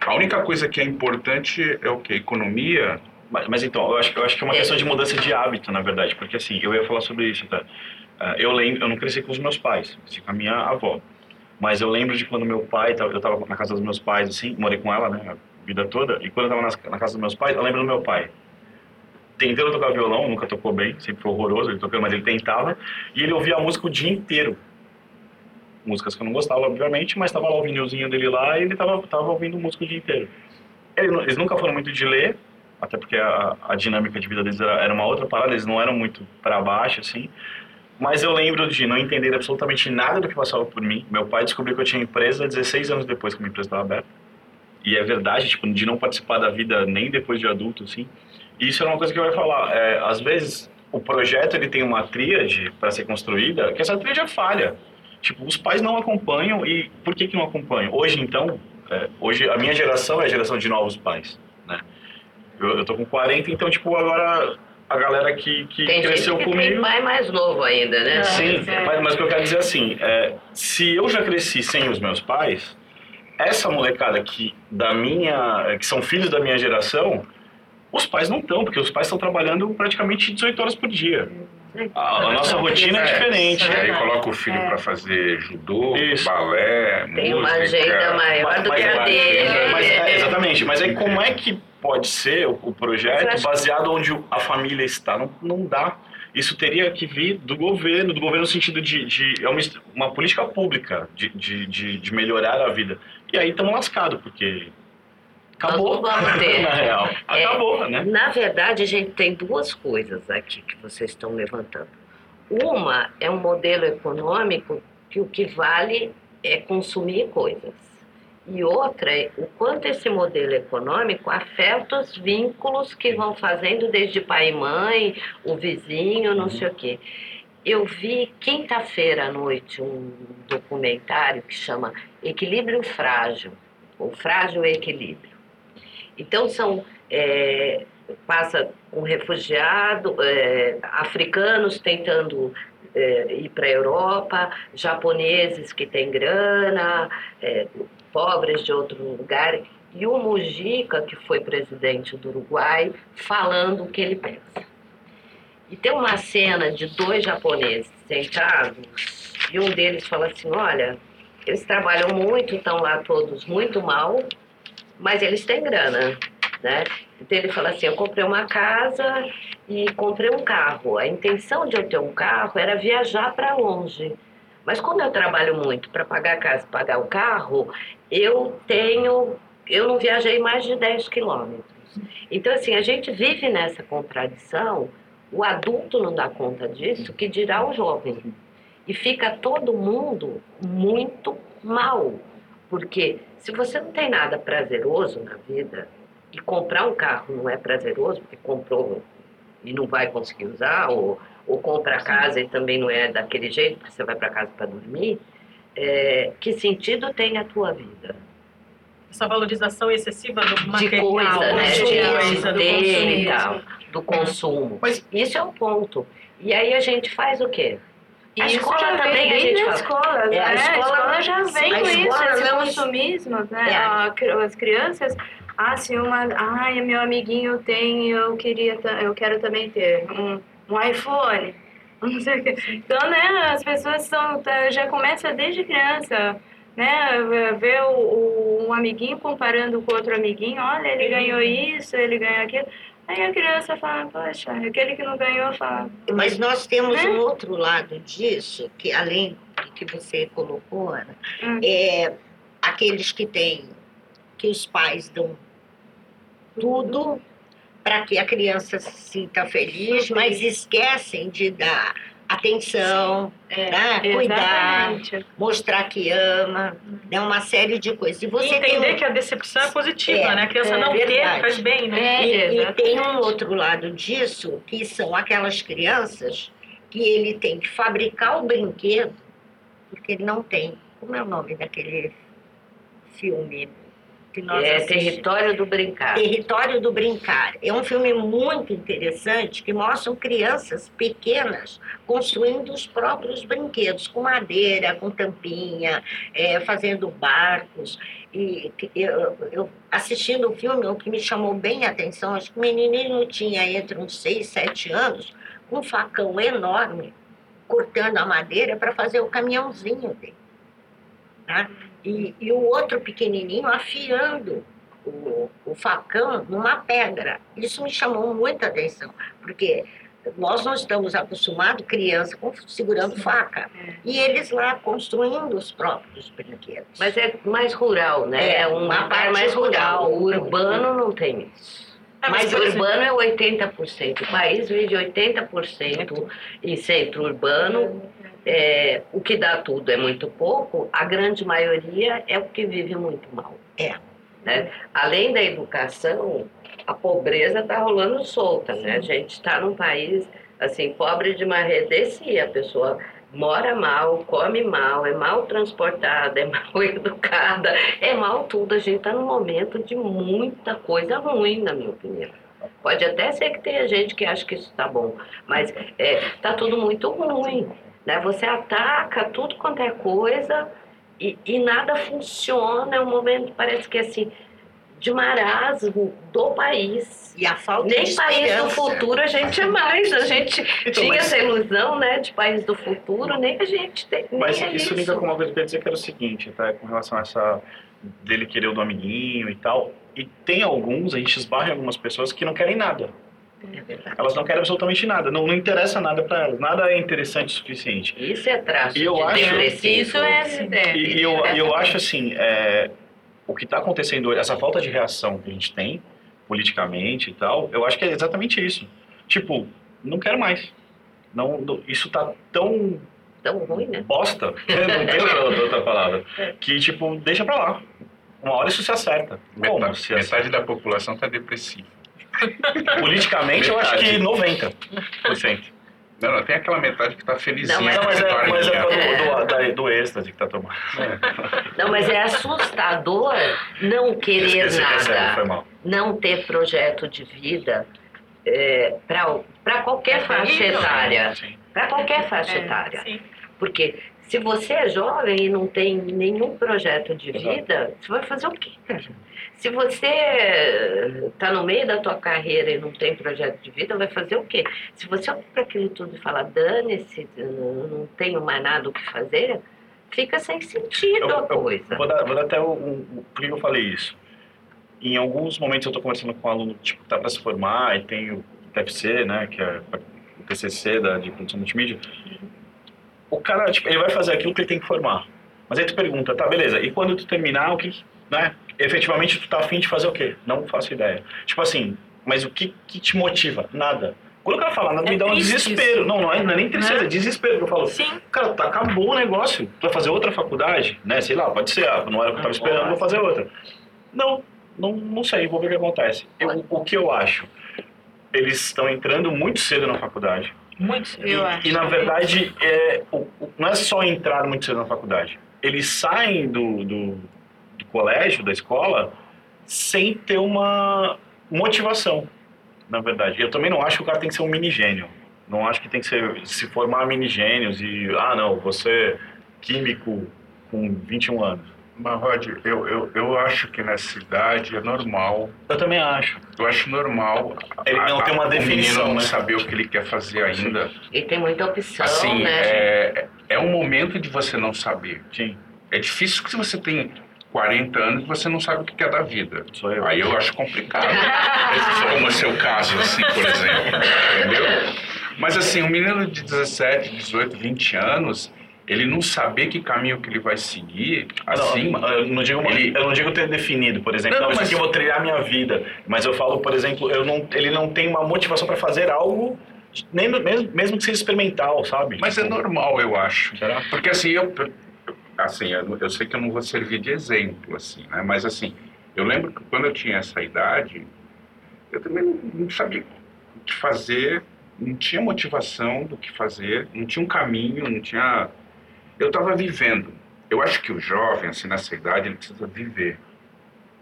A única coisa que é importante é o quê? Economia. Mas, mas então, eu acho, eu acho que é uma questão de mudança de hábito, na verdade, porque assim, eu ia falar sobre isso, tá? Uh, eu lembro, eu não cresci com os meus pais, cresci com a minha avó, mas eu lembro de quando meu pai, eu estava na casa dos meus pais, assim, morei com ela, né, a vida toda, e quando eu estava na casa dos meus pais, eu lembro do meu pai tentando tocar violão, nunca tocou bem, sempre foi horroroso, ele tocando, mas ele tentava, e ele ouvia a música o dia inteiro. Músicas que eu não gostava, obviamente, mas estava lá o vinilzinho dele lá e ele estava tava ouvindo música o dia inteiro. Eles nunca foram muito de ler, até porque a, a dinâmica de vida deles era, era uma outra parada, eles não eram muito para baixo, assim. Mas eu lembro de não entender absolutamente nada do que passava por mim. Meu pai descobriu que eu tinha empresa dezesseis anos depois que a minha empresa estava aberta. E é verdade, tipo, de não participar da vida nem depois de adulto, assim. E isso é uma coisa que eu ia falar. É, às vezes, o projeto ele tem uma tríade para ser construída, que essa tríade é falha. Tipo, os pais não acompanham, e por que que não acompanham? Hoje, então, é, hoje a minha geração é a geração de novos pais, né? Eu, eu tô com quarenta, então, tipo, agora a galera que, que tem cresceu gente que comigo... Tem pai mais novo ainda, né? Sim, é. mas, mas o que eu quero dizer é assim, é, se eu já cresci sem os meus pais, essa molecada aqui da minha, que são filhos da minha geração, os pais não estão, porque os pais estão trabalhando praticamente dezoito horas por dia. A, a nossa rotina é diferente. E aí coloca o filho é. para fazer judô, Isso. balé, tem música... uma agenda maior mas, do mas, que a dele. Mas, é, exatamente, mas aí como é que pode ser o, o projeto baseado onde a família está? Não, não dá. Isso teria que vir do governo, do governo no sentido de... de é uma, uma política pública de, de, de, de melhorar a vida. E aí estamos lascados, porque... Acabou, vamos ter. Na real. Acabou, é, né? Na verdade, a gente tem duas coisas aqui que vocês estão levantando. Uma é um modelo econômico que o que vale é consumir coisas. E outra é o quanto esse modelo econômico afeta os vínculos que vão fazendo desde pai e mãe, o vizinho, não sei o quê. Eu vi quinta-feira à noite um documentário que chama Equilíbrio Frágil, ou Frágil Equilíbrio. Então, são, é, passa um refugiado, é, africanos tentando é, ir para a Europa, japoneses que têm grana, é, pobres de outro lugar, e o Mujica, que foi presidente do Uruguai, falando o que ele pensa. E tem uma cena de dois japoneses sentados, e um deles fala assim, olha, eles trabalham muito, estão lá todos muito mal, mas eles têm grana, né? Então ele fala assim, eu comprei uma casa e comprei um carro. A intenção de eu ter um carro era viajar para longe. Mas como eu trabalho muito para pagar a casa e pagar o carro, eu tenho, eu não viajei mais de dez quilômetros. Então assim, a gente vive nessa contradição, o adulto não dá conta disso, que dirá o jovem. E fica todo mundo muito mal, porque se você não tem nada prazeroso na vida, e comprar um carro não é prazeroso, porque comprou e não vai conseguir usar, ou, ou compra a casa e também não é daquele jeito, porque você vai para casa para dormir, é, que sentido tem a tua vida? Essa valorização excessiva do de material, coisa, né? de de coisa, do dele e consumo. tal, do consumo. Mas isso é um ponto. E aí a gente faz o quê? A Isso escola já também vem a gente na fala. escola, É, né? a A escola- escola já sim, vem a com isso, escola esse não- consumismo, né? É. A cri- As crianças, ah, se uma, ai, meu amiguinho tem, eu queria, ta- eu quero também ter um, um iPhone, não sei o quê. Então, né, as pessoas são, tá- já começa desde criança, né, ver o, o- um amiguinho comparando com outro amiguinho, olha, ele ganhou isso, ele ganhou aquilo. Aí a criança fala, poxa, aquele que não ganhou fala, Mas nós temos Né? um outro lado disso, que além do que você colocou, Ana, Hum. é aqueles que têm, que os pais dão tudo para que a criança se sinta feliz, mas esquecem de dar atenção, é, né? Cuidar, exatamente. mostrar que ama, né? Uma série de coisas. E você E entender tem um- que a decepção é positiva, É, né? A criança é não ter verdade. faz bem, né? É, E, e exatamente. tem um outro lado disso, que são aquelas crianças que ele tem que fabricar o brinquedo, porque ele não tem. Como é o nome daquele filme? que nós É assistimos. Território do Brincar. Território do Brincar. É um filme muito interessante que mostra crianças pequenas construindo os próprios brinquedos, com madeira, com tampinha, é, fazendo barcos. E eu, eu, assistindo o filme, o que me chamou bem a atenção, acho que o menininho tinha entre uns seis, sete anos, com um facão enorme, cortando a madeira para fazer o caminhãozinho dele. Tá? E, e o outro pequenininho afiando o, o facão numa pedra. Isso me chamou muita atenção, porque nós não estamos acostumados, criança, com, segurando faca. E eles lá construindo os próprios brinquedos. Mas é mais rural, né? É, É um uma lugar parte mais rural. rural. O urbano não tem isso. Ah, mas, Mas por o exemplo- urbano é oitenta por cento. O país vive oitenta por cento em centro urbano. É, o que dá tudo é muito pouco. A grande maioria é o que vive muito mal. É. Né? Além da educação, a pobreza está rolando solta, né? A gente está num país, assim, pobre de marredecia. A pessoa mora mal, come mal, é mal transportada, é mal educada, é mal tudo. A gente está num momento de muita coisa ruim, na minha opinião. Pode até ser que tenha gente que acha que isso está bom, mas está tudo muito ruim. Né? Você ataca tudo quanto é coisa e, e nada funciona. É um momento, parece que assim, de marasmo do país. E a falta Nem de país do esperança. futuro a gente é mais. A gente Então, tinha mas- essa ilusão, né, de país do futuro, nem a gente tem. Nem Mas é isso liga com uma coisa que eu ia dizer que era o seguinte, tá? Com relação a essa dele querer o do amiguinho e tal. E tem alguns, a gente esbarra em algumas pessoas que não querem nada. É verdade. Elas não querem absolutamente nada. Não, não interessa nada pra elas. Nada é interessante o suficiente. Isso é traço E eu de acho- depressivo. Isso é... é E, e eu, e eu acho assim, é, o que está acontecendo hoje, essa falta de reação que a gente tem, politicamente e tal, eu acho que é exatamente isso. Tipo, não quero mais. Não, não- isso tá tão Tão ruim, né? bosta, não tem outra, outra palavra, que tipo, deixa pra lá. Uma hora isso se acerta. Como Metade, se acerta? metade da população está depressiva. Politicamente eu acho que Metade. noventa por cento. Não, não, tem aquela metade que está felizinha. Não, mas- Não, mas é, com mas é historinha. do, do, da- do êxtase que tá tomando. Não, mas é assustador não querer Esse que é sério, nada. foi mal. Não ter projeto de vida é, para qualquer faixa etária. Sim. Para qualquer faixa É, etária. sim. Porque se você é jovem e não tem nenhum projeto de Exato. vida, você vai fazer o quê, cara? Se você está no meio da tua carreira e não tem projeto de vida, vai fazer o quê? Se você olha para aquilo tudo e fala, dane-se, eu não tenho mais nada o que fazer, fica sem sentido Eu- a eu coisa. Vou dar, vou dar até um, um, por que eu falei isso. Em alguns momentos eu estou conversando com um aluno tipo, que está para se formar e tem o T F C, né, que é o T C C da, de produção multimídia. O cara, tipo, ele vai fazer aquilo que ele tem que formar. Mas aí tu pergunta, tá, beleza, e quando tu terminar, o que, né, efetivamente tu tá afim de fazer o quê? Não faço ideia. Tipo assim, mas o que, que te motiva? Nada. Quando o cara fala nada, É me dá um triste desespero. isso. Não, não é, não é nem tristeza, Né? é desespero que eu falo. Sim. Cara, tá, acabou o negócio. Tu vai fazer outra faculdade, né? Sei lá, pode ser, ah, não era o que eu tava esperando, vou fazer outra. Não, não, não sei, vou ver o que acontece. Eu, o que eu acho? Eles estão entrando muito cedo na faculdade. Muito cedo. Eu e, acho e, na também. verdade, é, o, o- não é só entrar muito cedo na faculdade. Eles saem do, do, do colégio, da escola, sem ter uma motivação, na verdade. Eu também não acho que o cara tem que ser um mini gênio. Não acho que tem que ser, se formar mini gênios e, ah, não, você é químico com vinte e um anos. Mas, Rod, eu, eu, eu acho que nessa idade é normal. Eu também acho. Eu acho normal. Ele não tem uma o definição, menino não né? saber o que ele quer fazer ainda. E tem muita opção, Assim, né? é, é um momento de você não saber. Sim, É difícil que se você tem quarenta anos e você não sabe o que é da vida. sou eu. Aí eu acho complicado. Como é o seu caso, assim, por exemplo. Entendeu? Mas assim, um menino de dezessete, dezoito, vinte anos, ele não saber que caminho que ele vai seguir, assim... Não, eu não digo, ele- eu não digo ter definido, por exemplo, Não, não, isso mas- aqui eu vou trilhar a minha vida. Mas eu falo, por exemplo, eu não, ele não tem uma motivação para fazer algo, nem, mesmo, mesmo que seja experimental, sabe? Mas é Tipo, normal, eu acho. Será? Porque assim, eu, assim, eu, eu sei que eu não vou servir de exemplo, assim, né? Mas assim, eu lembro que quando eu tinha essa idade, eu também não, não sabia o que fazer, não tinha motivação do que fazer, não tinha um caminho, não tinha... Eu estava vivendo. Eu acho que o jovem, assim, nessa idade, ele precisa viver.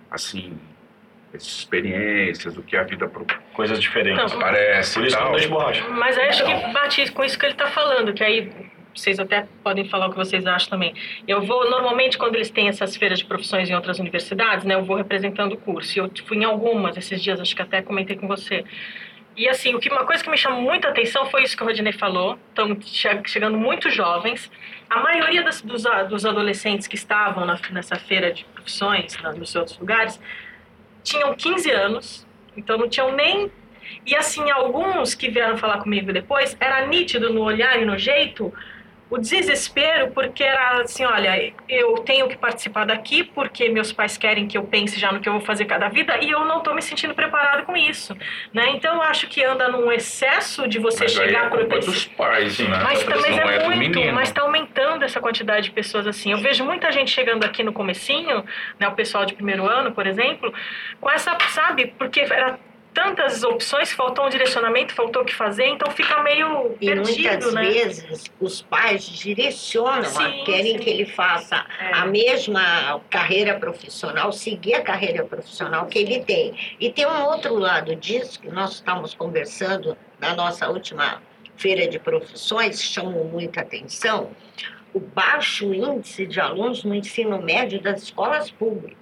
assim, experiências, o que a vida pro... Coisas diferentes. Não, parece. Por isso que eu não deixo borracha. Mas aí acho que bate com isso que ele está falando, que aí vocês até podem falar o que vocês acham também. Eu vou, normalmente, quando eles têm essas feiras de profissões em outras universidades, né, eu vou representando o curso. E eu fui em algumas esses dias, acho que até comentei com você. E assim, o que, uma coisa que me chamou muita atenção foi isso que o Rodinei falou. Estão chegando muito jovens. A maioria das, dos, dos adolescentes que estavam na, nessa feira de profissões, na, nos outros lugares, tinham quinze anos, então não tinham nem... E assim, alguns que vieram falar comigo depois, era nítido no olhar e no jeito o desespero, porque era assim, olha, eu tenho que participar daqui porque meus pais querem que eu pense já no que eu vou fazer cada vida e eu não estou me sentindo preparado com isso, né? Então eu acho que anda num excesso de você mas chegar... Aí é culpa dos pais, né? Mas também não é, é muito, mas está aumentando essa quantidade de pessoas assim. Eu vejo muita gente chegando aqui no comecinho, né, o pessoal de primeiro ano, por exemplo, com essa, sabe, porque era tantas opções, faltou um direcionamento, faltou o que fazer, então fica meio e perdido, muitas né? vezes os pais direcionam, Sim, querem sim. que ele faça É. a mesma carreira profissional, seguir a carreira profissional que ele tem. E tem um outro lado disso, que nós estamos conversando na nossa última feira de profissões, que chamou muita atenção, o baixo índice de alunos no ensino médio das escolas públicas.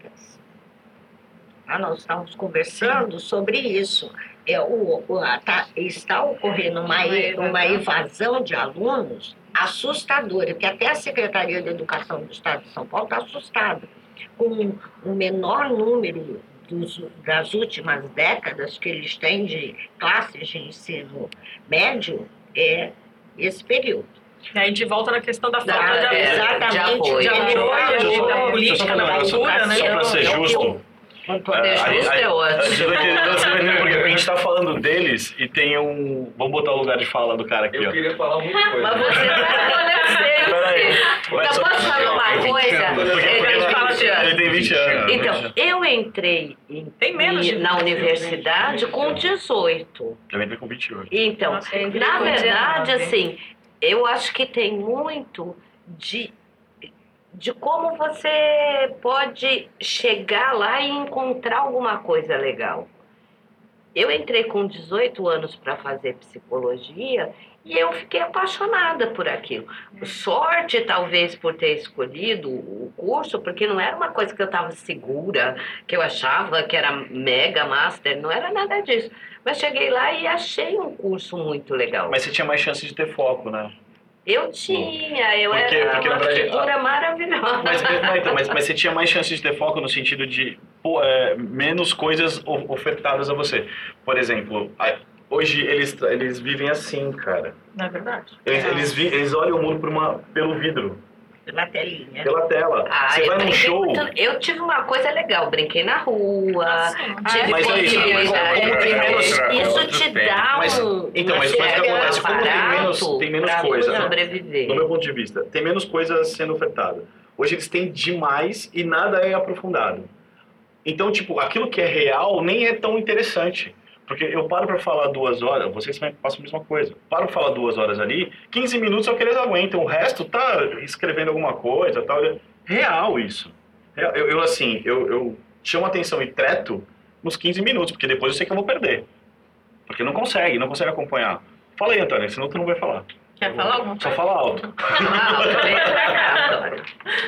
Ah, nós estamos conversando sobre isso. É, o, o, a, tá, está ocorrendo uma, uma evasão de alunos assustadora, que até a Secretaria de Educação do Estado de São Paulo está assustada com o menor número dos, das últimas décadas que eles têm de classes de ensino médio, é esse período. E aí a gente volta na questão da falta Da, de, exatamente, de apoio, de apoio, da política, da cultura, né? Só para ser justo... É justo, é ótimo. Porque a gente tá falando deles e tem um... Vamos botar o lugar de fala do cara aqui, Eu ó. queria falar muita coisa. Mas você vai Peraí. Então, posso falar uma coisa? Ele tem vinte anos. Ele tem vinte anos. Então, eu entrei em, Tem menos de em- na vinte, universidade com dezoito. Eu entrei com vinte e oito. Então, Nossa, eu entrei na com verdade, dezenove. assim, eu acho que tem muito de, de como você pode chegar lá e encontrar alguma coisa legal. Eu entrei com dezoito anos para fazer psicologia e eu fiquei apaixonada por aquilo. Sorte, talvez, por ter escolhido o curso, porque não era uma coisa que eu estava segura, que eu achava que era mega master, não era nada disso. Mas cheguei lá e achei um curso muito legal. Mas você tinha mais chance de ter foco, né? Eu tinha, eu Porque- era porque, uma na verdade, figura maravilhosa. Mas, não, então, mas, mas você tinha mais chances de ter foco no sentido de pô, é, menos coisas o- ofertadas a você. Por exemplo, a- hoje eles, eles vivem assim, cara. Não é verdade? Eles, eles, vi- eles olham o mundo por uma, pelo vidro, Pela telinha. pela tela. Ah, você eu vai num brinquei show... muito- Eu tive uma coisa legal, brinquei na rua, tive Mas é isso, mas possibilidade. como tem menos- Isso te dá Mas, um então, uma mas, mas o que certa acontece? Como tem menos, aparato tem menos pra coisa, sobreviver. do meu ponto de vista, tem menos coisa sendo ofertada. Hoje eles têm demais e nada é aprofundado. Então, tipo, aquilo que é real nem é tão interessante. Porque eu paro pra falar duas horas, vocês também passam a mesma coisa. Paro pra falar duas horas ali, quinze minutos é o que eles aguentam, o resto tá escrevendo alguma coisa, tal. Real isso. Real. Eu, eu, assim, eu, eu chamo atenção e treto nos quinze minutos, porque depois eu sei que eu vou perder. Porque não consegue, não consegue acompanhar. Fala aí, Antônio, senão tu não vai falar. Quer falar alguma Só coisa? fala alto. Ah, vem pra cá, Antônio.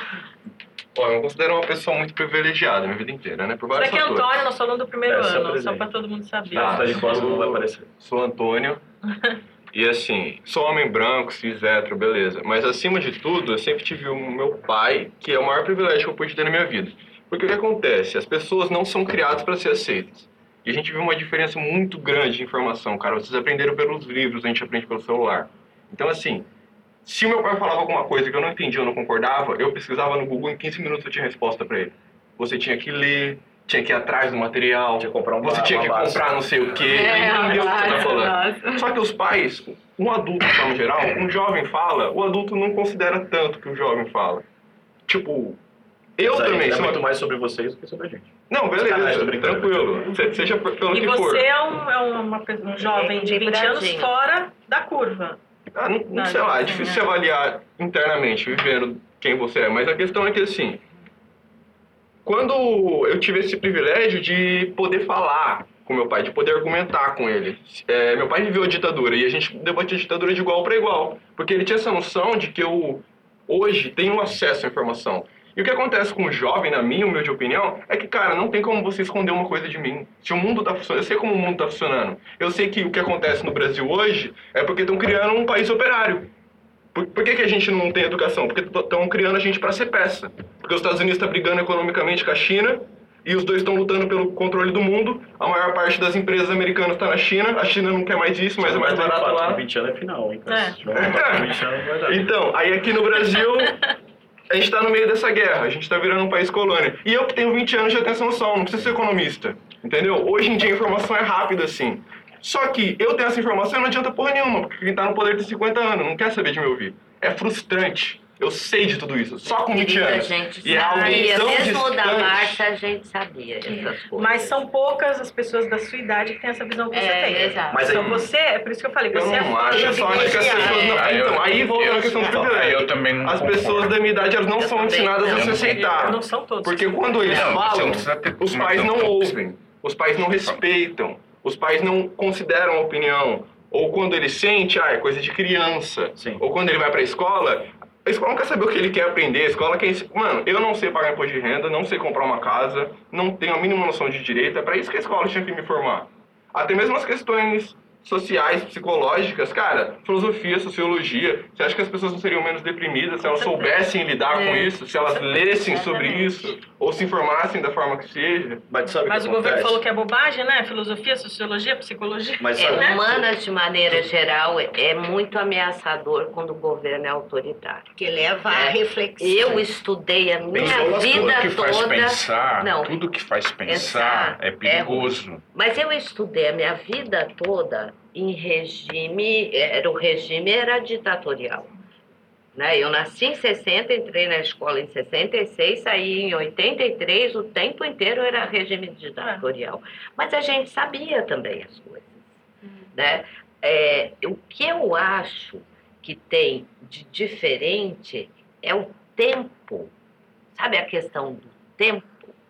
Ó, eu me considero uma pessoa muito privilegiada minha vida inteira, né? Por Isso vários aqui é fatores. Antônio, nós falamos do primeiro É, só ano, só presente. pra todo mundo saber. Tá, tá de costas, não vai aparecer. Sou Antônio. E assim, sou homem branco, cis, hétero, beleza. Mas acima de tudo, eu sempre tive o meu pai, que é o maior privilégio que eu pude ter na minha vida. Porque o que acontece? As pessoas não são criadas para ser aceitas. E a gente viu uma diferença muito grande de informação, cara. Vocês aprenderam pelos livros, a gente aprende pelo celular. Então, assim, se o meu pai falava alguma coisa que eu não entendia ou não concordava, eu pesquisava no Google, em quinze minutos eu tinha resposta para ele. Você tinha que ler, tinha que ir atrás do material, Tinha que comprar uma- você tinha uma que base. comprar não sei o quê, É, entendeu o que você tá falando. Nossa. Só que os pais, um adulto de forma geral, um jovem fala, o adulto não considera tanto que o jovem fala. Tipo, eu Mas aí também é sou... muito mais sobre vocês do que sobre a gente. Não, Sacanagem, tô beleza, brincando. tranquilo. Se- Seja pelo E que for. você é um, é uma, pe- um jovem de vinte anos Equilibradinho. fora da curva. Ah, não, não Não, sei lá, é não, difícil é. se avaliar internamente, vivendo quem você é. Mas a questão é que, assim, quando eu tive esse privilégio de poder falar com meu pai, de poder argumentar com ele. É, meu pai viveu a ditadura e a gente debatia a ditadura de igual para igual, porque ele tinha essa noção de que eu, hoje, tenho acesso à informação. E o que acontece com o jovem, na minha humilde opinião, é que, cara, não tem como você esconder uma coisa de mim. Se o mundo tá funcionando, eu sei como o mundo tá funcionando. Eu sei que o que acontece no Brasil hoje é porque estão criando um país operário. Por, por que, que a gente não tem educação? Porque estão criando a gente para ser peça. Porque os Estados Unidos estão brigando economicamente com a China, e os dois estão lutando pelo controle do mundo. A maior parte das empresas americanas está na China. A China não quer mais isso, mas é mais barato lá. vinte anos é final, hein? É. Então, aí aqui no Brasil, a gente está no meio dessa guerra. A gente está virando um país colônia. E eu que tenho vinte anos já tenho essa noção, não preciso ser economista. Entendeu? Hoje em dia a informação é rápida, assim. Só que eu tenho essa informação e não adianta porra nenhuma, porque quem está no poder tem cinquenta anos, não quer saber de me ouvir. É frustrante. Eu sei de tudo isso, só com vinte anos. A gente E é algo sabia, tão mesmo da distante. Marta, a gente sabia essas coisas. Mas são poucas as pessoas da sua idade que têm essa visão que você É, tem. exato. Mas Então aí- você, é por isso que eu falei, Eu você é não acho, eu só acho que as pessoas não... Aí eu- Então, aí volta a questão do Aí privilégio. eu também não As concordo. pessoas da minha idade, elas não Eu são também ensinadas não. a se Eu aceitar. Não são todos. Porque quando eles Não, você falam, não precisa ter- os não pais não precisa- ouvem, os pais não respeitam, os pais não consideram a opinião. Ou quando ele sente, ah, é coisa de criança. Sim. Ou quando ele vai pra escola, a escola não quer saber o que ele quer aprender, a escola quer... ensinar. Mano, eu não sei pagar imposto de renda, não sei comprar uma casa, não tenho a mínima noção de direito, é pra isso que a escola tinha que me formar. Até mesmo as questões sociais, psicológicas, cara, filosofia, sociologia, você acha que as pessoas não seriam menos deprimidas se elas soubessem lidar com É. isso, se elas lessem sobre Exatamente. isso, ou se informassem da forma que seja? Mas sabe Mas o o que governo acontece? falou que é bobagem, né? Filosofia, sociologia, psicologia. Mas É, sabe, humanas, de maneira geral, é- é muito ameaçador quando o governo é autoritário. Que leva à É. reflexão. Eu estudei a minha Pessoas, vida tudo que faz toda... pensar, Não. tudo que faz pensar Pensar é perigoso. Mas eu estudei a minha vida toda em regime, era o regime era ditatorial. Né? Eu nasci em sessenta, entrei na escola em sessenta e seis, saí em oitenta e três, o tempo inteiro era regime ditatorial. Mas a gente sabia também as coisas. Né? É, o que eu acho que tem de diferente é o tempo. Sabe a questão do tempo?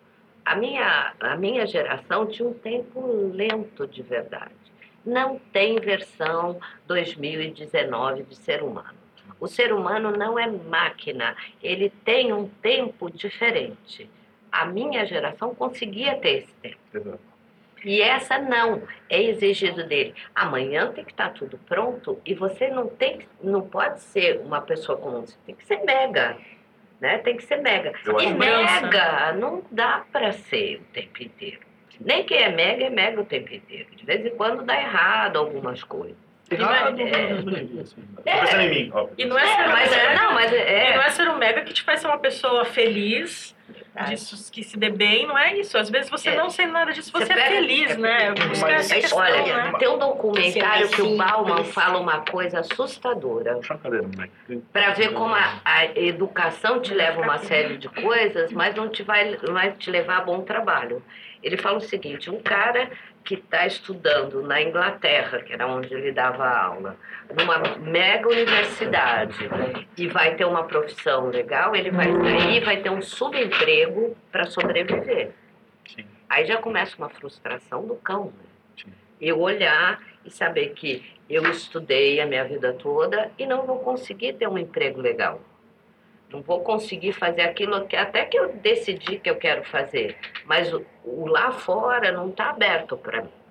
A minha, a minha geração tinha um tempo lento de verdade. Não tem versão dois mil e dezenove de ser humano. O ser humano não é máquina, ele tem um tempo diferente. A minha geração conseguia ter esse tempo. Exato. E essa não, é exigido dele. Amanhã tem que estar tudo pronto e você não, tem, não pode ser uma pessoa comum, você tem que ser mega. Né? Tem que ser mega. Eu E acho- mega não dá para ser o tempo inteiro. Nem quem é mega é mega o tempo inteiro. De vez em quando dá errado algumas coisas. Errado, É. Deus me livre, assim. Tô pensando em mim, ó. E não é, É, ser um mas é, mega, não, mas e é, não é ser um mega que te faz ser uma pessoa feliz, disso, que se dê bem, não é isso. Às vezes você É. não sendo nada disso, Você você é pega- feliz, né? Mas- Esquece a questão, olha, né? tem um documentário que o Sim, Bauman simples. fala uma coisa assustadora. Puxa a cadeira, moleque. Para ver como a, a educação te leva a uma série de coisas, mas não te vai, não vai te levar a bom trabalho. Ele fala o seguinte, um cara que está estudando na Inglaterra, que era onde ele dava aula, numa mega universidade, e vai ter uma profissão legal, ele vai sair e vai ter um subemprego para sobreviver. Sim. Aí já começa uma frustração do cão, né? Sim. Eu olhar e saber que eu estudei a minha vida toda e não vou conseguir ter um emprego legal. Não vou conseguir fazer aquilo que até que eu decidi que eu quero fazer. Mas o, o lá fora não está aberto para mim.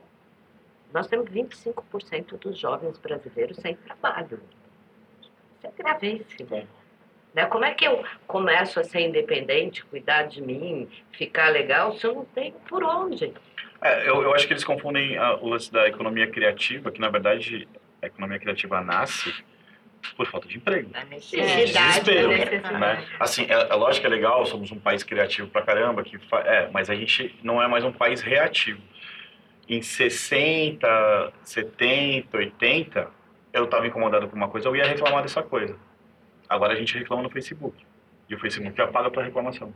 Nós temos vinte e cinco por cento dos jovens brasileiros sem trabalho. Isso é gravíssimo. É. Né? Como é que eu começo a ser independente, cuidar de mim, ficar legal, se eu não tenho por onde? É, eu, eu acho que eles confundem ah, o lance da economia criativa, que na verdade a economia criativa nasce por falta de emprego. A De necessidade, desespero, né? né? Assim, é, é lógico que é legal, somos um país criativo pra caramba, que fa- é, mas a gente não é mais um país reativo. Em sessenta, setenta, oitenta, eu estava incomodado com uma coisa, eu ia reclamar dessa coisa. Agora a gente reclama no Facebook. E o Facebook apaga a tua reclamação.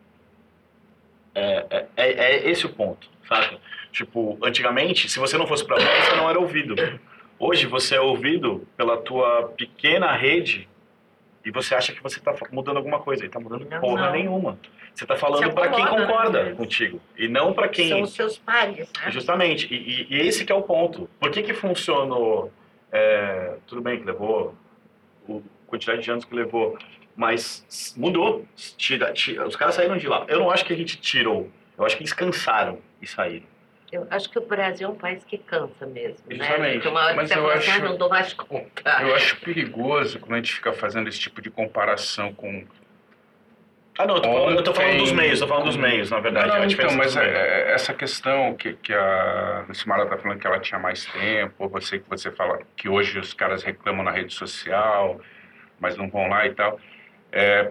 É, é, é, é esse o ponto, sabe? Tipo, antigamente, se você não fosse pra rua, você não era ouvido. Hoje você é ouvido pela tua pequena rede e você acha que você está mudando alguma coisa, e está mudando Não, porra não. nenhuma. Você está falando Se para quem acomoda, concorda né? contigo, e não para quem... São os seus pares, né? Justamente, e, e, e esse que é o ponto. Por que que funcionou, é, tudo bem que levou, a quantidade de anos que levou, mas mudou, tira, tira, os caras saíram de lá. Eu não acho que a gente tirou, eu acho que eles cansaram e saíram. Eu acho que o Brasil é um país que cansa mesmo, né? Justamente. Porque uma hora que Mas você eu fala assim, acho- "Ah, não dou mais conta." Eu acho perigoso quando a gente fica fazendo esse tipo de comparação com... Ah, não, eu tô falando, eu tô falando dos Ontem, meios, tô falando dos com- meios, na verdade. Não, a não, diferença então, mas dos meios. é, é, essa questão que, que a Lucimara está falando que ela tinha mais tempo, ou você que você fala que hoje os caras reclamam na rede social, mas não vão lá e tal. É,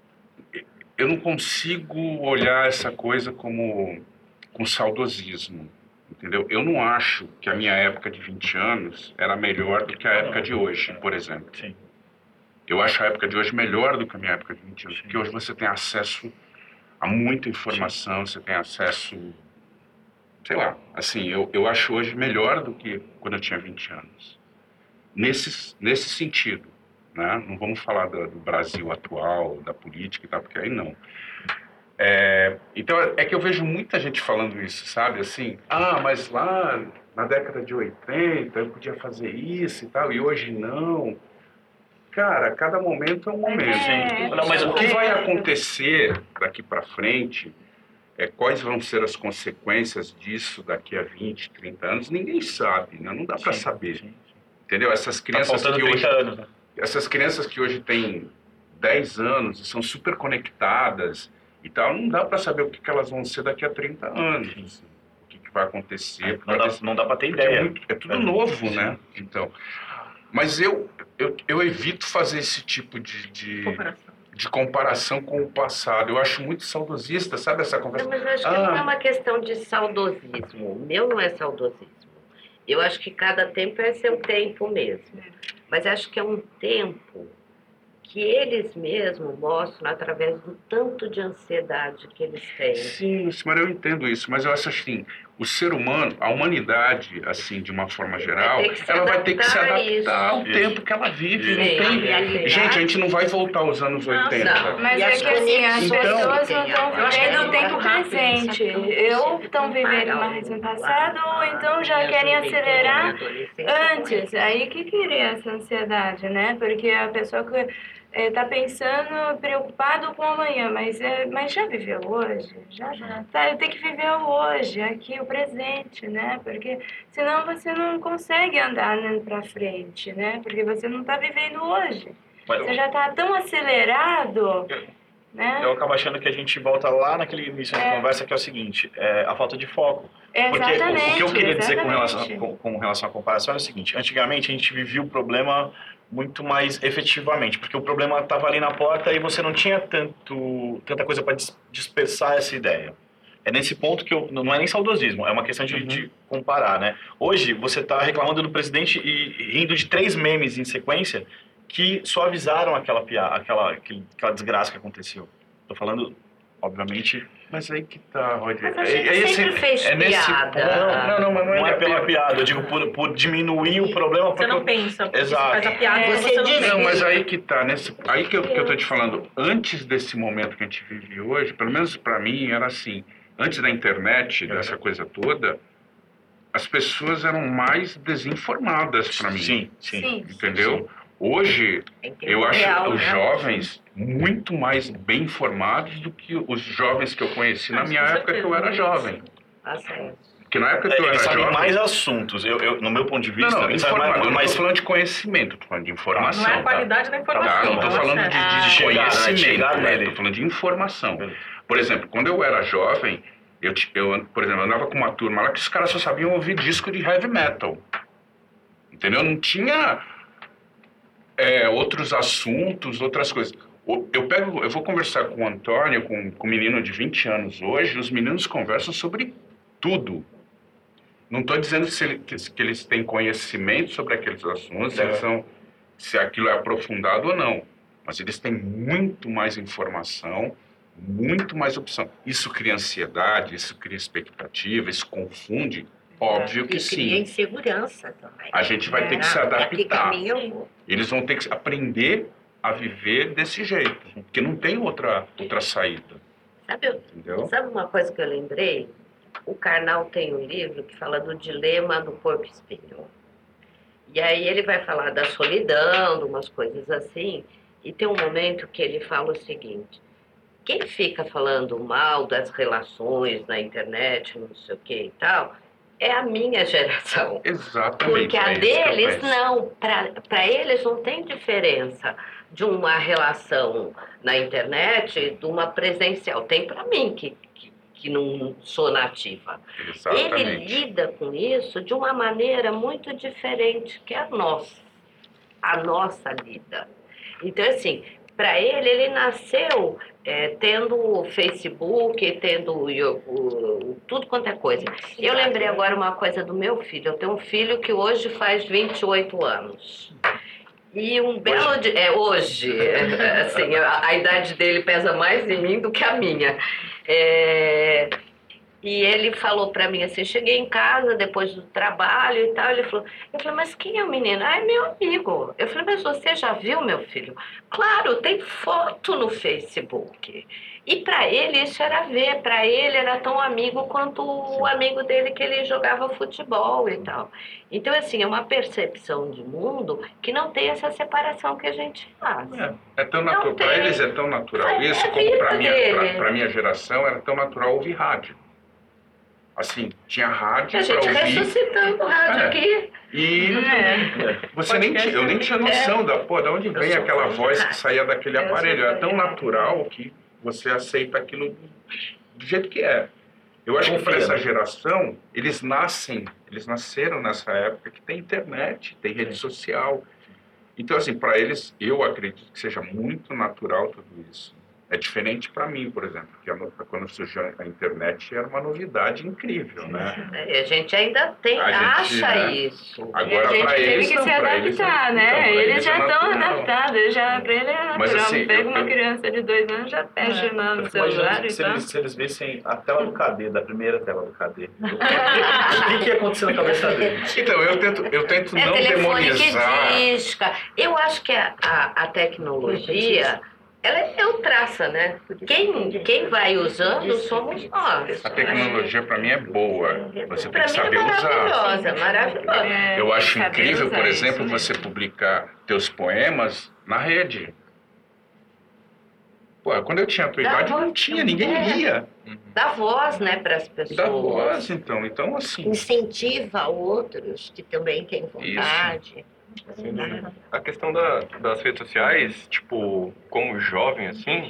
eu não consigo olhar essa coisa como com saudosismo, entendeu? Eu não acho que a minha época de vinte anos era melhor do que a época de hoje, por exemplo. Sim. Eu acho a época de hoje melhor do que a minha época de vinte anos, porque hoje você tem acesso a muita informação, você tem acesso, sei lá, assim, eu, eu acho hoje melhor do que quando eu tinha vinte anos. Nesse, nesse sentido, né? Não vamos falar do, do Brasil atual, da política e tal, porque aí não. É, então, é que eu vejo muita gente falando isso, sabe? Assim, ah, mas lá na década de oitenta eu podia fazer isso e tal, e hoje não. Cara, cada momento é um momento. É, Não, mas O que é. vai acontecer daqui para frente, é, quais vão ser as consequências disso daqui a vinte, trinta anos, ninguém sabe, né? Não dá para Sim, saber. sim. Entendeu? Essas Tá crianças faltando que hoje, trinta anos, né? essas crianças que hoje têm dez anos e são super conectadas e tal, não dá para saber o que, que elas vão ser daqui a trinta anos. O que, que vai acontecer. Não dá, não dá para ter Porque é, ideia. muito- é tudo É. novo, né? Então, mas eu, eu, eu evito fazer esse tipo de, de, Comparação. de comparação com o passado. Eu acho muito saudosista, sabe essa conversa? Não, mas eu acho que Ah. não é uma questão de saudosismo. O meu não é saudosismo. Eu acho que cada tempo é seu tempo mesmo. Mas acho que é um tempo que eles mesmos mostram através do tanto de ansiedade que eles têm. Sim, mas eu entendo isso, mas eu acho assim, o ser humano, a humanidade, assim, de uma forma geral, ter que se ela vai ter que se adaptar a adaptar ao isso. tempo que ela vive. Não Sim, tem... realidade. Gente, a gente não vai voltar aos anos Não, oitenta. não. Mas E é as que assim, as Então, pessoas não tem estão agora. vivendo o É tempo muito rápido, presente. sabe? Não Eu consigo estão vivendo comparar mais o no passado, ou então já minha querem juventude, acelerar minha adolescência com antes. eles. Aí que cria essa ansiedade, né? Porque a pessoa que está pensando, preocupado com o amanhã, mas, é, mas já viveu hoje? Já, já. Tá, tem que viver o hoje, aqui, o presente, né? Porque senão você não consegue andar para frente, né? Porque você não está vivendo hoje. Mas Você já está tão acelerado, né? eu acabo achando que a gente volta lá naquele início da É. conversa, que é o seguinte, é a falta de foco. Porque o- Exatamente, o que eu queria dizer com relação, exatamente. com, com relação à comparação é o seguinte, antigamente a gente vivia o problema muito mais efetivamente, porque o problema estava ali na porta e você não tinha tanto, tanta coisa para dispersar essa ideia. É nesse ponto que eu, não é nem saudosismo, é uma questão de, Uhum. de comparar, né? Hoje você está reclamando do presidente e rindo de três memes em sequência que suavizaram aquela, pia, aquela, aquele- aquela desgraça que aconteceu. Estou falando, obviamente... Mas aí que tá, Roger. Mas a gente sempre fez é nesse piada. ponto- Não, não, mas não é, Não é pela piada. piada, eu digo por, por diminuir o problema. Você porque não eu- pensa, porque Exato. você faz a piada É, e você você não diz- pensa. Não, mas aí que tá, nesse, aí que eu, que eu tô te falando, antes desse momento que a gente vive hoje, pelo menos para mim era assim, antes da internet, dessa coisa toda, as pessoas eram mais desinformadas para mim, Sim, sim. Sim. entendeu? Hoje, Em tempo eu acho real, os né? jovens muito mais bem informados do que os jovens que eu conheci na Ah, minha com época que eu era certeza. jovem. Tá certo. Porque na época que eu Eles era sabem jovem... mais assuntos, eu, eu- no meu ponto de Não, vista. não, eles sabem informado. Eu não mais, tô falando de conhecimento, tô falando de informação. Não é a tá? qualidade da Tá, informação. não tô é o falando de, acesso. de Ah, chegar, né? conhecimento, Chegar né? nele. Tô falando de informação. Por exemplo, quando eu era jovem, eu, ti- eu, por exemplo, eu andava com uma turma lá que os caras só sabiam ouvir disco de heavy metal. Entendeu? Não tinha é, outros assuntos, outras coisas. O- Eu, pego, eu vou conversar com o Antônio, com, com um menino de vinte anos hoje, os meninos conversam sobre tudo. Não estou dizendo se, ele- que, que eles têm conhecimento sobre aqueles assuntos, se, É. eles são, se aquilo é aprofundado ou não. Mas eles têm muito mais informação, muito mais opção. Isso cria ansiedade, isso cria expectativa, isso confunde? Óbvio que E cria sim. insegurança também. A gente vai ter que Ah, se pra que adaptar. caminho eu vou? Eles vão ter que aprender a viver desse jeito, porque não tem outra, outra saída. Sabe, Entendeu? sabe uma coisa que eu lembrei? O Karnal tem um livro que fala do dilema do porco-espinho. E aí ele vai falar da solidão, de umas coisas assim, e tem um momento que ele fala o seguinte: quem fica falando mal das relações na internet, não sei o que e tal, é a minha geração. Exatamente. Porque a é isso que eu deles, penso. não. Para eles não tem diferença de uma relação na internet e de uma presencial. Tem para mim, que, que, que não sou nativa. Ele Exatamente. lida com isso de uma maneira muito diferente que a nossa. A nossa lida. Então, assim, para ele, ele nasceu é, tendo o Facebook, tendo o, o, o, tudo quanto é coisa. Eu lembrei agora uma coisa do meu filho. Eu tenho um filho que hoje faz vinte e oito anos. E um belo dia... É, hoje. É, assim, a, a idade dele pesa mais em mim do que a minha. É... E ele falou pra mim assim, cheguei em casa depois do trabalho e tal, ele falou, eu falei, mas quem é o menino? Ah, é meu amigo. Eu falei, mas você já viu, meu filho? Claro, tem foto no Facebook. E pra ele isso era ver, pra ele era tão amigo quanto o amigo dele que ele jogava futebol e tal. Então, assim, é uma percepção de mundo que não tem essa separação que a gente faz. É, é tão Não natural. Para tem. eles é tão natural É isso, a como vida para minha, dele. para minha geração era tão natural ouvir rádio. Assim, tinha rádio A para gente ouvir. ressuscitando o rádio É. aqui. E É. você nem tinha, eu nem tinha noção da, pô, de onde vem sou aquela fã de voz que rádio. saía daquele Eu sou aparelho. fã Era de tão rádio. natural que você aceita aquilo do jeito que é. Eu acho que para Confia, essa né? geração, eles nascem, eles nasceram nessa época que tem internet, tem rede social. Então, assim, para eles, eu acredito que seja muito natural tudo isso. É diferente para mim, por exemplo, que a no- quando surgiu a internet era uma novidade incrível, né? É, a gente ainda tem, A gente, acha né? isso. Agora, E a gente pra teve eles, que não, se pra eles é- adaptar, né? então, pra eles eles já é estão natural. adaptados, já, pra ele é natural. Mas, assim, Pega eu- uma eu- criança de dois anos, já pede É. lá no Eu fico celular imaginando e se tal. eles, se eles vissem a tela do K D, da primeira tela do K D. O que, que ia acontecer na cabeça deles? Então, eu tento, eu tento É não telefone que demonizar. disca. Eu acho que a, a, a tecnologia, ela é neutraça, né? Quem, quem vai usando somos nós. A tecnologia, para mim, é boa. Você tem Pra que mim é saber usar. maravilhosa, maravilhosa. É, Eu acho saber incrível, usar por isso exemplo, mesmo. você publicar teus poemas na rede. Pô, quando eu tinha a tua Dá idade, não voz. tinha, ninguém É. lia. Dá voz, né, para as pessoas. Dá voz, então. Então, assim, Incentiva outros que também têm vontade. Sem dúvida. A questão da, das redes sociais, tipo, como jovem, assim,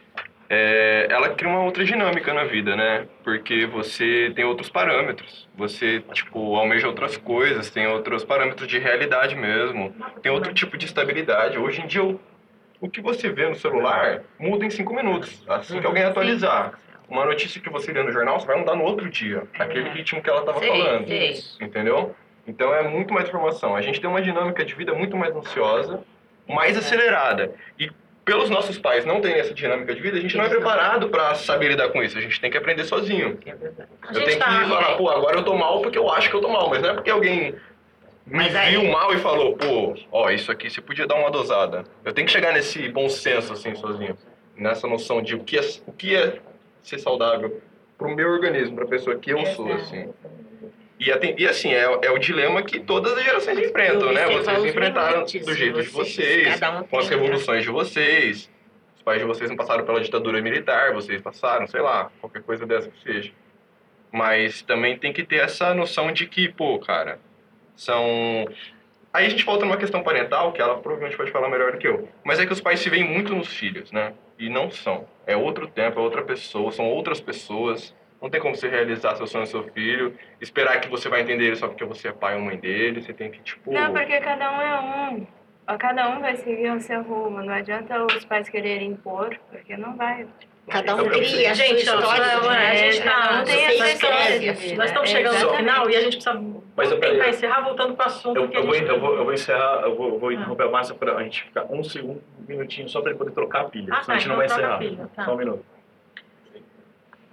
é, ela cria uma outra dinâmica na vida, né? Porque você tem outros parâmetros, você, tipo, almeja outras coisas, tem outros parâmetros de realidade mesmo, tem outro tipo de estabilidade. Hoje em dia, o, o que você vê no celular muda em cinco minutos, assim que alguém atualizar. Uma notícia que você lê no jornal, você vai mudar no outro dia, aquele ritmo que ela estava Sim, falando, sim. entendeu? Então é muito mais informação. A gente tem uma dinâmica de vida muito mais ansiosa, mais acelerada. E pelos nossos pais não terem essa dinâmica de vida, a gente não é preparado para saber lidar com isso. A gente tem que aprender sozinho. É verdade. A Eu gente tenho tá- que falar, pô, agora eu tô mal porque eu acho que eu tô mal, mas não é porque alguém me Mas aí- viu mal e falou, pô, ó, isso aqui você podia dar uma dosada. Eu tenho que chegar nesse bom senso, assim, sozinho. Nessa noção de o que é, o que é ser saudável pro meu organismo, pra pessoa que eu sou, assim. E, aten- e assim, é, é o dilema que todas as gerações enfrentam, né? Observar Vocês os enfrentaram limites do de jeito de vocês, vocês, cada um com as tem, né? revoluções de vocês. Os pais de vocês não passaram pela ditadura militar, vocês passaram, sei lá, qualquer coisa dessa que seja. Mas também tem que ter essa noção de que, pô, cara, são... Aí a gente volta numa questão parental, que ela provavelmente pode falar melhor do que eu. Mas é que os pais se veem muito nos filhos, né? E não são. É outro tempo, é outra pessoa, são outras pessoas. Não tem como você realizar seu sonho do seu filho, esperar que você vai entender ele só porque você é pai ou mãe dele. Você tem que, tipo... Não, porque cada um é um. Cada um vai seguir o seu rumo. Não adianta os pais quererem impor, porque não vai. Cada um Eu- eu- cria a sua Gente, ó, história. a né? gente tá- não tem Você essa escreve. história. Nós estamos chegando no Exatamente. final e a gente precisa Mas eu- tentar encerrar voltando para o assunto Eu, que a eu, vou, gente... eu, vou, eu vou encerrar, eu vou, eu vou interromper a Márcia para a gente ficar um segundo, um minutinho só para ele poder trocar a pilha. Ah, senão a tá, gente não vai então troca encerrar. a pilha, tá. Só um minuto.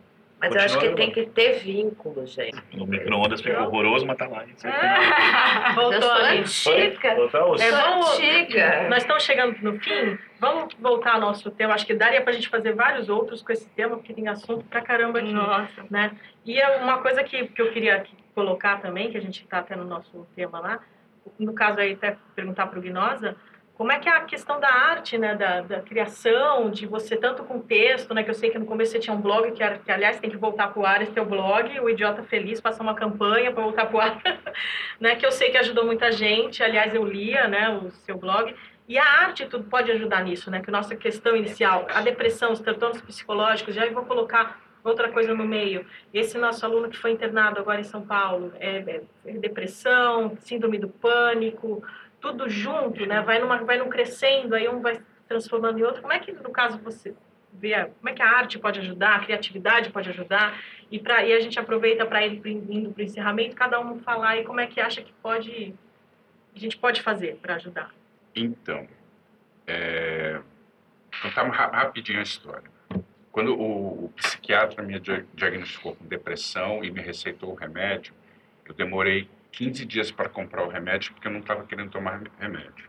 Mas eu acho que tem que ter vínculo, gente. No micro-ondas fica horroroso, mas tá lá. Ah, voltou eu sou ali. antiga. Voltou? É, vamos, antiga. nós estamos chegando no fim. Vamos voltar ao nosso tema. Acho que daria para a gente fazer vários outros com esse tema, porque tem assunto pra caramba aqui. Nossa. Né? E é uma coisa que, que eu queria colocar também, que a gente está até no nosso tema lá, no caso aí até perguntar para o Guinosa, como é que é a questão da arte, né, da, da criação, de você tanto com texto, né, que eu sei que no começo você tinha um blog, que, era, que aliás tem que voltar para o ar esse teu blog, o Idiota Feliz, passar uma campanha para voltar para o ar, né, que eu sei que ajudou muita gente, aliás eu lia, né, o seu blog, e a arte tudo pode ajudar nisso, né, que a nossa questão inicial, a depressão, os transtornos psicológicos, já eu vou colocar outra coisa no meio, esse nosso aluno que foi internado agora em São Paulo, é, é depressão, síndrome do pânico, tudo junto, né? Vai numa, vai num crescendo, aí um vai se transformando em outro. Como é que, no caso, você vê, como é que a arte pode ajudar, a criatividade pode ajudar? E, pra, e a gente aproveita para ir indo para o encerramento, cada um falar aí como é que acha que pode, a gente pode fazer para ajudar. Então, é... contar rapidinho a história. Quando o, o psiquiatra me diagnosticou com depressão e me receitou o remédio, eu demorei quinze dias para comprar o remédio, porque eu não estava querendo tomar remédio.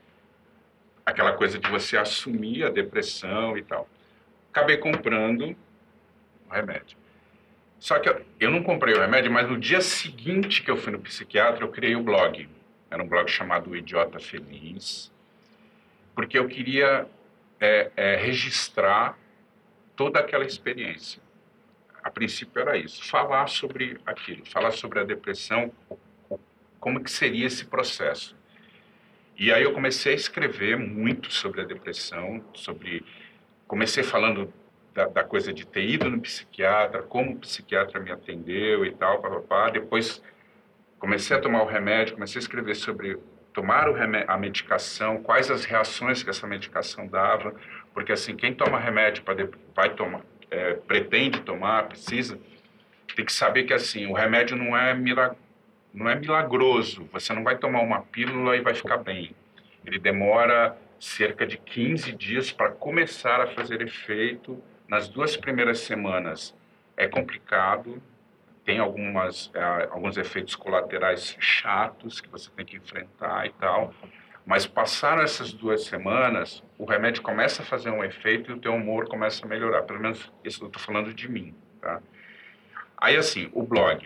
Aquela coisa de você assumir a depressão e tal. Acabei comprando o remédio. Só que eu, eu não comprei o remédio, mas no dia seguinte que eu fui no psiquiatra, eu criei o blog. Era um blog chamado Idiota Feliz, porque eu queria é, é, registrar toda aquela experiência. A princípio era isso, falar sobre aquilo, falar sobre a depressão, como que seria esse processo. E aí eu comecei a escrever muito sobre a depressão, sobre... Comecei falando da, da coisa de ter ido no psiquiatra, como o psiquiatra me atendeu e tal, papapá. Depois comecei a tomar o remédio, comecei a escrever sobre tomar o remédio, a medicação, quais as reações que essa medicação dava, porque assim, quem toma remédio para vai tomar, é, pretende tomar, precisa, tem que saber que assim, o remédio não é milagroso. Não é milagroso, você não vai tomar uma pílula e vai ficar bem. Ele demora cerca de quinze dias para começar a fazer efeito. Nas duas primeiras semanas é complicado, tem algumas, é, alguns efeitos colaterais chatos que você tem que enfrentar e tal. Mas passaram essas duas semanas, o remédio começa a fazer um efeito e o teu humor começa a melhorar. Pelo menos isso eu estou falando de mim, tá? Aí assim, o blog.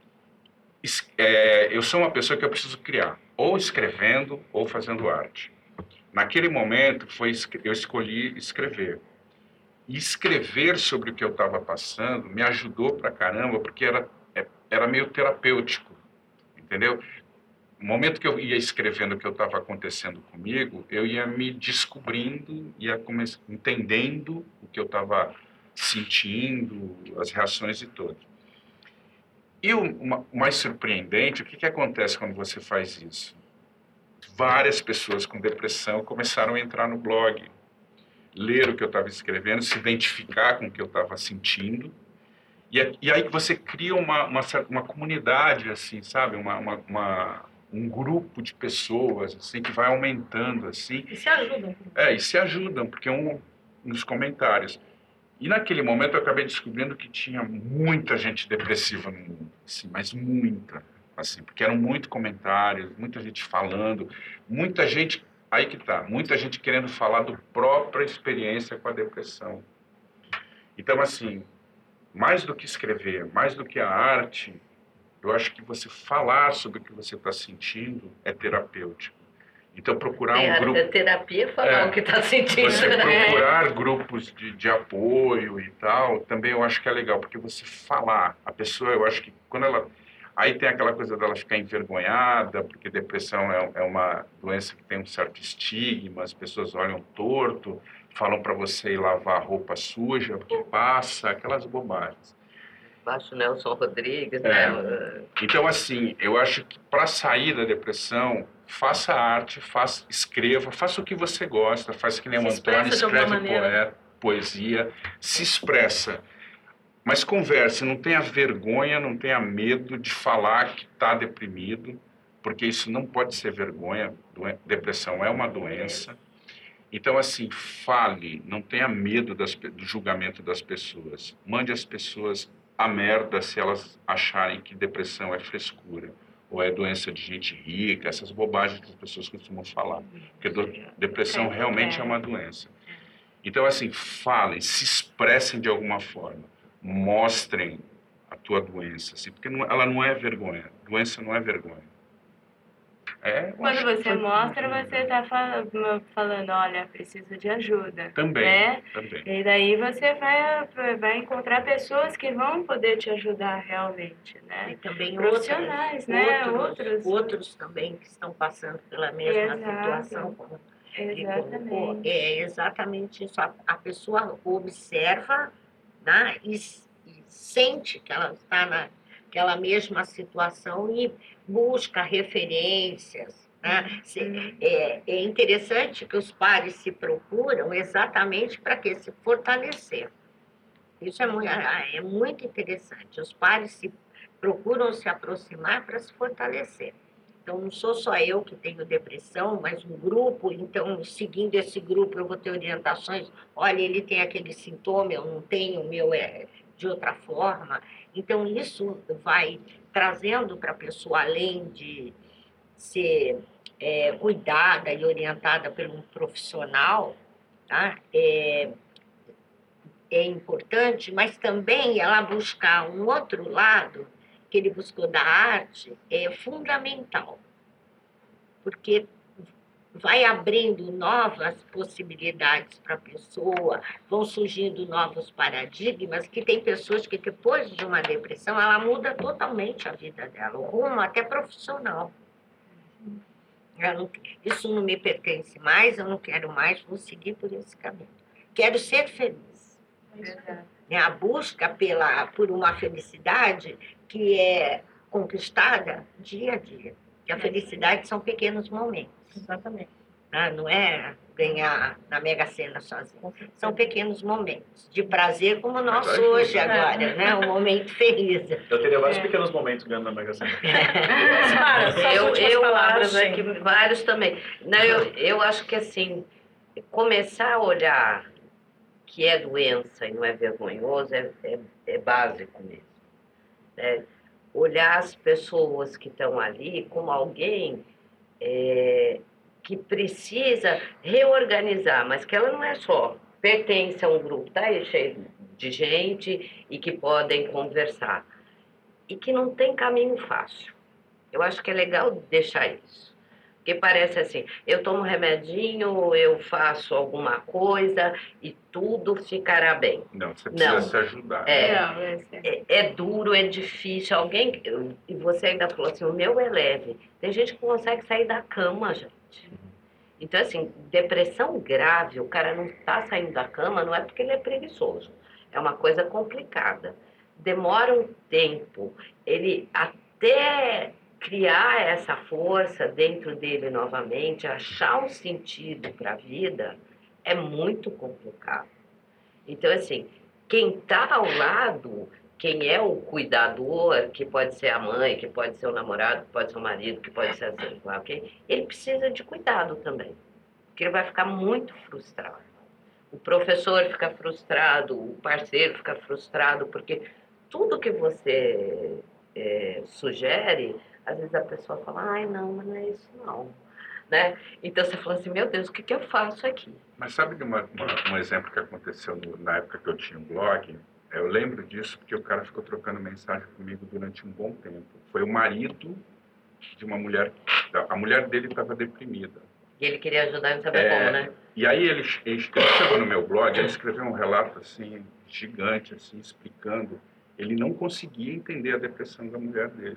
É, eu sou uma pessoa que eu preciso criar, ou escrevendo ou fazendo arte. Naquele momento, foi, eu escolhi escrever. E escrever sobre o que eu estava passando me ajudou pra caramba, porque era, era meio terapêutico, entendeu? No momento que eu ia escrevendo o que estava acontecendo comigo, eu ia me descobrindo, ia entendendo o que eu estava sentindo, as reações e tudo. E o, uma, o mais surpreendente, o que, que acontece quando você faz isso? Várias pessoas com depressão começaram a entrar no blog, ler o que eu estava escrevendo, se identificar com o que eu estava sentindo, e, e aí você cria uma, uma, uma comunidade, assim, sabe? Uma, uma, uma, um grupo de pessoas, assim, que vai aumentando, assim. E se ajudam. É, e se ajudam, porque um, nos comentários... E naquele momento eu acabei descobrindo que tinha muita gente depressiva no mundo, assim, mas muita, assim, porque eram muitos comentários, muita gente falando, muita gente, aí que tá, muita gente querendo falar da própria experiência com a depressão. Então, assim, mais do que escrever, mais do que a arte, eu acho que você falar sobre o que você está sentindo é terapêutico. Então, procurar um grupo... A terapia é falar é, o que está sentindo. Você procurar grupos de, de apoio e tal, também eu acho que é legal, porque você falar, a pessoa, eu acho que quando ela... Aí tem aquela coisa dela ficar envergonhada, porque depressão é, é uma doença que tem um certo estigma, as pessoas olham torto, falam para você ir lavar roupa suja, porque passa, aquelas bobagens. Baixo Nelson Rodrigues, é. né? Então, assim, eu acho que para sair da depressão, faça arte, faça, escreva, faça o que você gosta, faça que nem o Antônio, escreve poeta, poesia, se expressa. Mas converse, não tenha vergonha, não tenha medo de falar que está deprimido, porque isso não pode ser vergonha, depressão é uma doença. Então, assim, fale, não tenha medo das, do julgamento das pessoas. Mande as pessoas a merda se elas acharem que depressão é frescura ou é doença de gente rica, essas bobagens que as pessoas costumam falar. Porque do, depressão realmente é uma doença. Então, assim, falem, se expressem de alguma forma, mostrem a tua doença, assim, porque não, ela não é vergonha, doença não é vergonha. É, Quando você mostra, você está falando, olha, preciso de ajuda. Também, né? também. E daí você vai, vai encontrar pessoas que vão poder te ajudar realmente, né? E também profissionais, outros, né? Outros, outros, outros também que estão passando pela mesma Exato. situação, como ele colocou. Exatamente. É exatamente isso. A, a pessoa observa, né, e, e sente que ela está naquela mesma situação e busca referências. Né? Se, é, é interessante que os pares se procuram exatamente para quê? Se fortalecer. Isso é muito, é muito interessante. Os pares se procuram se aproximar para se fortalecer. Então, não sou só eu que tenho depressão, mas um grupo. Então, seguindo esse grupo, eu vou ter orientações. Olha, ele tem aquele sintoma, eu não tenho, o meu é de outra forma. Então, isso vai trazendo para a pessoa, além de ser é, cuidada e orientada por um profissional, tá? É, é importante, mas também ela buscar um outro lado, que ele buscou da arte, é fundamental, porque vai abrindo novas possibilidades para a pessoa, vão surgindo novos paradigmas, que tem pessoas que depois de uma depressão, ela muda totalmente a vida dela, o rumo até profissional. Não, isso não me pertence mais, eu não quero mais, vou seguir por esse caminho. Quero ser feliz. É a busca pela, por uma felicidade que é conquistada dia a dia. E a felicidade são pequenos momentos. Exatamente. Ah, não é ganhar na Mega Sena sozinho. São pequenos momentos de prazer, como o nosso hoje agora, né? Um momento feliz. Eu teria vários É. pequenos momentos ganhando na Mega Sena. Sara, só as Eu, últimas eu palavras acho aí. que vários também. Não, eu, eu acho que, assim, começar a olhar que é doença e não é vergonhoso é, é, é básico mesmo. Né? Olhar as pessoas que estão ali como alguém é, que precisa reorganizar, mas que ela não é só, pertence a um grupo, tá aí cheio de gente e que podem conversar. E que não tem caminho fácil. Eu acho que é legal deixar isso. Porque parece assim, eu tomo remedinho, eu faço alguma coisa e tudo ficará bem. Não, você precisa Não. se ajudar. É, Não, esse é- é, é duro, é difícil. Alguém, e você ainda falou assim, o meu é leve. Tem gente que consegue sair da cama, gente. Então, assim, depressão grave, o cara não está saindo da cama, não é porque ele é preguiçoso. É uma coisa complicada. Demora um tempo. Ele até criar essa força dentro dele novamente, achar um sentido para a vida, é muito complicado. Então, assim, quem está ao lado, quem é o cuidador, que pode ser a mãe, que pode ser o namorado, que pode ser o marido, que pode ser assim, okay? Ele precisa de cuidado também, porque ele vai ficar muito frustrado. O professor fica frustrado, o parceiro fica frustrado, porque tudo que você é, sugere, às vezes a pessoa fala, ai, não, mas não é isso não. Né? Então você fala assim, meu Deus, o que, que eu faço aqui? Mas sabe de uma, uma, um exemplo que aconteceu no, na época que eu tinha um blog? Eu lembro disso porque o cara ficou trocando mensagem comigo durante um bom tempo. Foi o marido de uma mulher, a mulher dele estava deprimida. E ele queria ajudar e não sabia É, como, né? E aí ele, ele chegou no meu blog, ele escreveu um relato assim, gigante, assim, explicando. Ele não conseguia entender a depressão da mulher dele.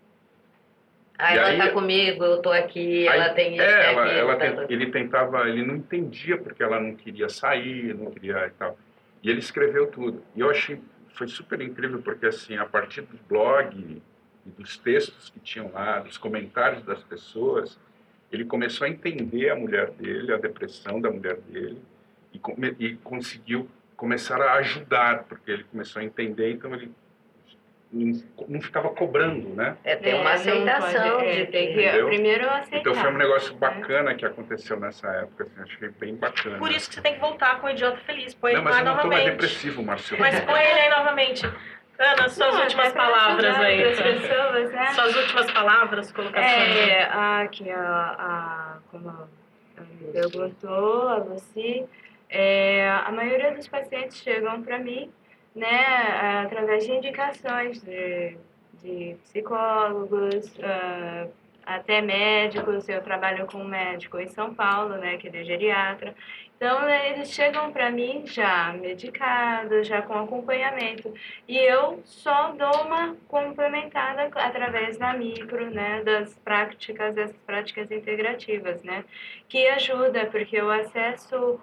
Ah, E ela aí- tá comigo, eu tô aqui, Aí, ela tem isso, é, tem ela, aquilo. ela tá, ten- tá. ele tentava, ele não entendia porque ela não queria sair, não queria e tal. E ele escreveu tudo. E eu achei, foi super incrível, porque assim, a partir do blog e dos textos que tinham lá, dos comentários das pessoas, ele começou a entender a mulher dele, a depressão da mulher dele, e, come, e conseguiu começar a ajudar, porque ele começou a entender, então ele não ficava cobrando, né? É, tem uma É, aceitação pode, de é, tem que... que primeiro aceitar. Então foi um negócio né? bacana que aconteceu nessa época, assim, achei bem bacana. Por isso que você tem que voltar com o Idiota Feliz. Põe Não, ele mas lá eu não tô mais novamente. depressivo, Marcelo. Mas põe ele aí novamente. Ana, suas Não, últimas até pra palavras ajudar aí. as pessoas, né? Suas últimas palavras, colocações. É, aqui a, a como a Ana perguntou, a Lucy, é, a maioria dos pacientes chegam para mim, né, através de indicações de, de psicólogos, uh, até médicos. Eu trabalho com um médico em São Paulo, né, que ele é geriatra. Então, eles chegam para mim já medicados, já com acompanhamento. E eu só dou uma complementada através da micro, né, das práticas, dessas práticas integrativas, né, que ajuda, porque o acesso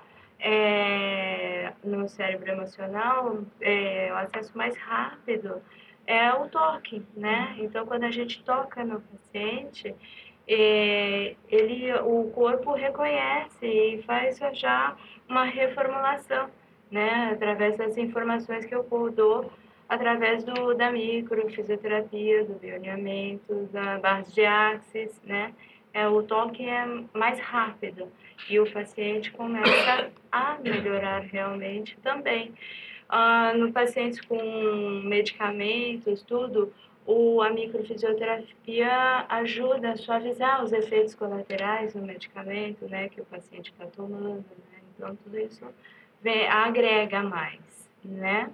é, no cérebro emocional, é, o acesso mais rápido é o toque, né? Então, quando a gente toca no paciente, é, ele, o corpo reconhece e faz já uma reformulação, né? Através das informações que eu dou, através do, da micro, fisioterapia, do bioalinhamento, da base de axis, né? É, o toque é mais rápido e o paciente começa a melhorar realmente também. Ah, no pacientes com medicamentos, tudo, o, a microfisioterapia ajuda a suavizar os efeitos colaterais do medicamento, né, que o paciente está tomando, né? Então, tudo isso vem, agrega mais, né?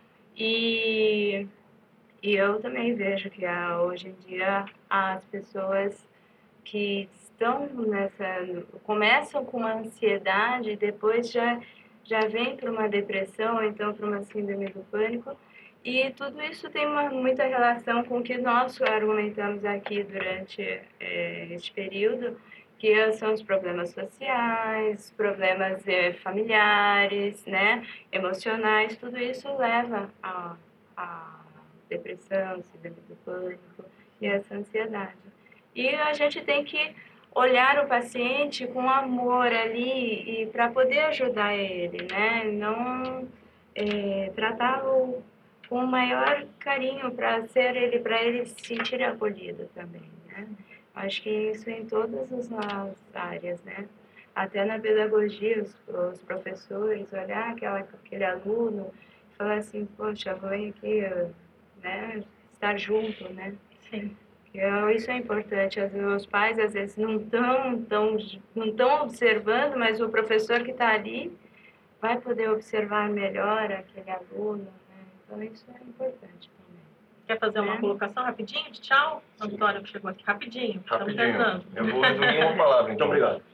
E, e eu também vejo que ah, hoje em dia as pessoas que estão nessa, começam com uma ansiedade e depois já já vem para uma depressão, então para uma síndrome do pânico, e tudo isso tem uma, muita relação com o que nós argumentamos aqui durante é, este período, que são os problemas sociais, problemas é, familiares, né, emocionais. Tudo isso leva a, a depressão, síndrome do pânico e essa ansiedade. E a gente tem que olhar o paciente com amor ali e para poder ajudar ele, né? Não é, tratá-lo com o maior carinho para ser ele, para ele se sentir acolhido também, né? Acho que isso em todas as áreas, né? Até na pedagogia, os, os professores olhar aquela, aquele aluno e falar assim, poxa, vem aqui, né? Estar junto, né? Sim. Isso é importante. Os pais, às vezes, não estão tão, não tão observando, mas o professor que está ali vai poder observar melhor aquele aluno, né? Então, isso é importante também. Quer fazer uma É. colocação rapidinho de tchau? A Antônia chegou aqui rapidinho. Rapidinho. Eu vou resumir uma palavra, então. Muito obrigado.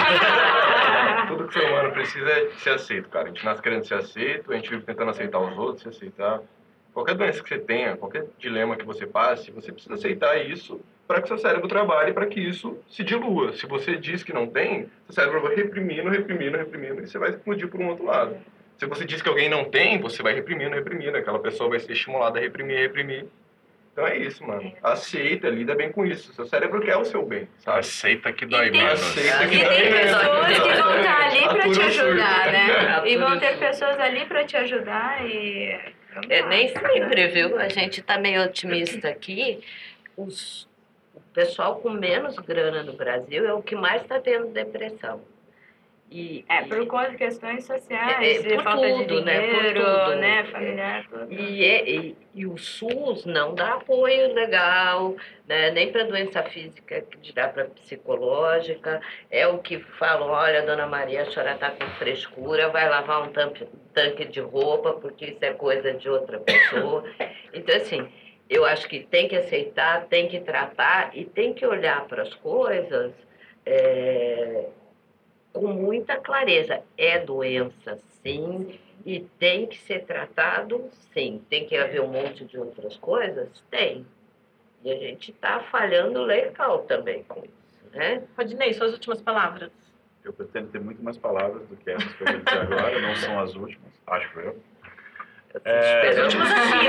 Tudo que o ser humano precisa é ser aceito, cara. A gente nasce querendo ser aceito, a gente vive tentando aceitar os outros, se aceitar. Qualquer doença que você tenha, qualquer dilema que você passe, você precisa aceitar isso para que seu cérebro trabalhe, para que isso se dilua. Se você diz que não tem, seu cérebro vai reprimindo, reprimindo, reprimindo, e você vai explodir por um outro lado. Se você diz que alguém não tem, você vai reprimindo, reprimindo, aquela pessoa vai ser estimulada a reprimir, reprimir. Então é isso, mano. Aceita, lida bem com isso. Seu cérebro quer o seu bem, sabe? Aceita que dói E tem- menos. Aceita que E dói tem menos. pessoas que vão estar ali para te Atura o ajudar, surto. né? E vão Atura o ter surto. pessoas ali para te ajudar e... É, nem sempre, viu? A gente está meio otimista aqui. Os, o pessoal com menos grana no Brasil é o que mais está tendo depressão. E, É, e- por conta de questões sociais, É, é, de por falta tudo, de né? Por dinheiro, tudo. né? Familiar, tudo. E, é- e, e o SUS não dá apoio legal, né? Nem para doença física, que dirá para psicológica. É o que falam, olha, dona Maria, a senhora está com frescura, vai lavar um tanque, tanque de roupa, porque isso é coisa de outra pessoa. Então, assim, eu acho que tem que aceitar, tem que tratar e tem que olhar para as coisas... é, com muita clareza. É doença, sim, e tem que ser tratado, sim. Tem que haver um monte de outras coisas? Tem. E a gente está falhando legal também com isso, né? Rodinei, suas últimas palavras. Eu pretendo ter muito mais palavras do que essas que eu vou dizer agora, não são as últimas, acho eu. É, As últimas aqui,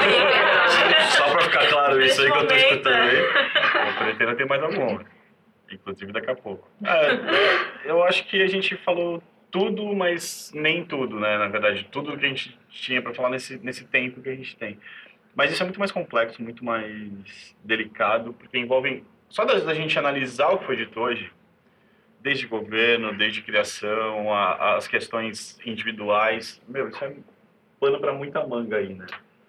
as Só para ficar claro isso aí que eu estou Nesse escutando aí, eu pretendo ter mais alguma, inclusive daqui a pouco. É, eu acho que a gente falou tudo, mas nem tudo, né? Na verdade, tudo que a gente tinha para falar nesse, nesse tempo que a gente tem. Mas isso é muito mais complexo, muito mais delicado, porque envolve... Só da, da gente analisar o que foi dito hoje, desde governo, desde criação, a, as questões individuais, meu, isso é pano para muita manga aí, né?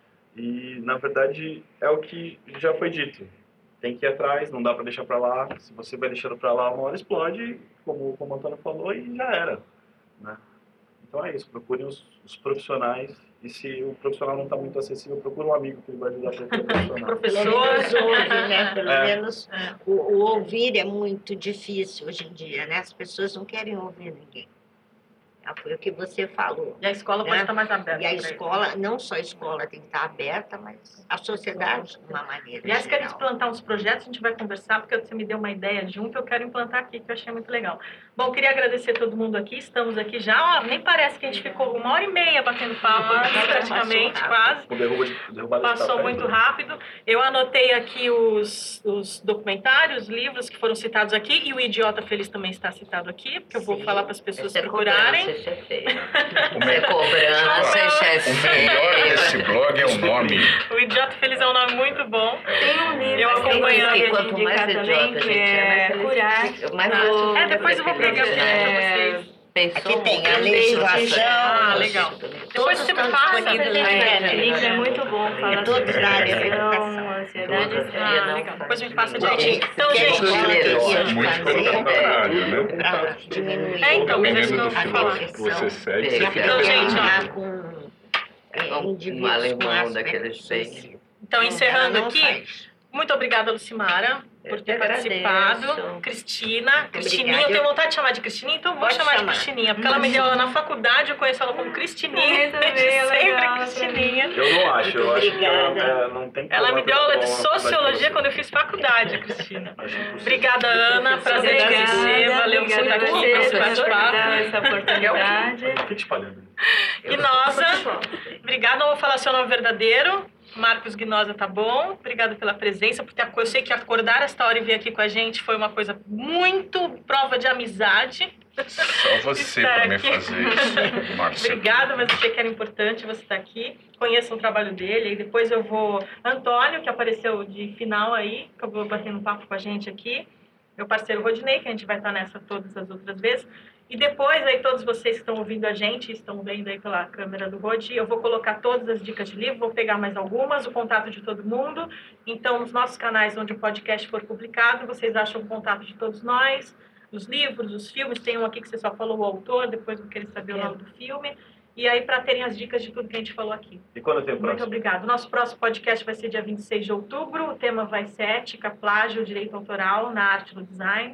E, na verdade, é o que já foi dito. Tem que ir atrás, não dá para deixar para lá. Se você vai deixando para lá, uma hora explode, como, como o Antônio falou, e já era, né? Então é isso, procurem os, os profissionais. E se o profissional não está muito acessível, procura um amigo que ele vai ajudar a procurar o profissional. Pelo menos ouve, né? Pelo É. menos o, o ouvir é muito difícil hoje em dia, né? As pessoas não querem ouvir ninguém. Foi o que você falou. E a escola pode né? estar mais aberta. E a pra isso. escola, não só a escola tem que estar aberta, mas a sociedade de uma maneira Aliás, quero geral. implantar uns projetos, a gente vai conversar, porque você me deu uma ideia de um que eu quero implantar aqui, que eu achei muito legal. Bom, queria agradecer a todo mundo aqui, estamos aqui já, ó, nem parece que a gente ficou uma hora e meia batendo papo, aqui, praticamente, quase. Com derruba de, derrubada de Passou café, muito né? rápido. Eu anotei aqui os, os documentários, livros que foram citados aqui, e o Idiota Feliz também está citado aqui, porque eu vou Sim. falar para as pessoas Isso é procurarem. cobrança, isso é feio. O, Isso é me... cobrança, isso é o feio. melhor desse blog é o nome. O Idiota Feliz é um nome muito bom. Tem um livro Eu que acompanhando eu E gostaria quanto de mais indicar também, idiota a que gente é, mais é feliz Curar. fica. Mais do- fácil É, depois eu vou pegar fica. pra vocês. Pensou Aqui tem muito. a legislação. Ah, legal. Depois você me estão passa. disponíveis né? na É, internet. o livro é muito bom, fala É todos sobre da área da depressão, educação. ansiedade. Todos. Ah, não legal. Depois me faz passa bem. direitinho. Então, Porque a gente, escola deveria Muito fazer pelo contrário, né? para diminuir É, então, mas é isso Dependendo que eu do vou filme falar. que você segue, Então, você para fica gente, ó. trabalhar com é, Um indivíduos alemão com aspectos daqueles bem- sociais. então, encerrando Ela não aqui, faz. muito obrigada, Lucimara, por Eu ter que agradeço. participado. Cristina, Cristininha, obrigada. eu tenho vontade de chamar de Cristininha, então vou Pode chamar de chamar. Cristininha, porque ela me deu aula na faculdade, eu conheço ela como Cristininha, Eu também, desde ela sempre legal, Cristininha. Eu não acho, eu Muito acho que ela obrigada. é, não tem Ela me problema deu aula de ter uma faculdade sociologia pra quando eu você. fiz faculdade, Cristina. Acho impossível. Obrigada, Ana, prazer te Obrigada, conhecer, valeu por você estar obrigada aqui a para esse você por dar bate-papo. essa oportunidade. Fica espalhando. E nossa, obrigada, não vou falar seu nome verdadeiro. Marcos Guinosa, tá bom? Obrigada pela presença, por ter aco- eu sei que acordar esta hora e vir aqui com a gente foi uma coisa muito prova de amizade. Só você Estar para me aqui. fazer isso, Márcia. Obrigada, mas eu sei que era importante você estar aqui. Conheçam o trabalho dele. E depois eu vou... Antônio, que apareceu de final aí, que eu vou batendo um papo com a gente aqui. Meu parceiro Rodinei, que a gente vai estar nessa todas as outras vezes. E depois, aí, todos vocês que estão ouvindo a gente, estão vendo aí pela câmera do Rodi, eu vou colocar todas as dicas de livro, vou pegar mais algumas, o contato de todo mundo. Então, nos nossos canais onde o podcast for publicado, vocês acham o contato de todos nós, os livros, os filmes. Tem um aqui que você só falou o autor, depois eu vou querer saber o nome do filme. E aí, para terem as dicas de tudo que a gente falou aqui. E quando tem o Muito próximo? obrigada. Nosso próximo podcast vai ser dia vinte e seis de outubro. O tema vai ser ética, plágio, direito autoral na arte e no design.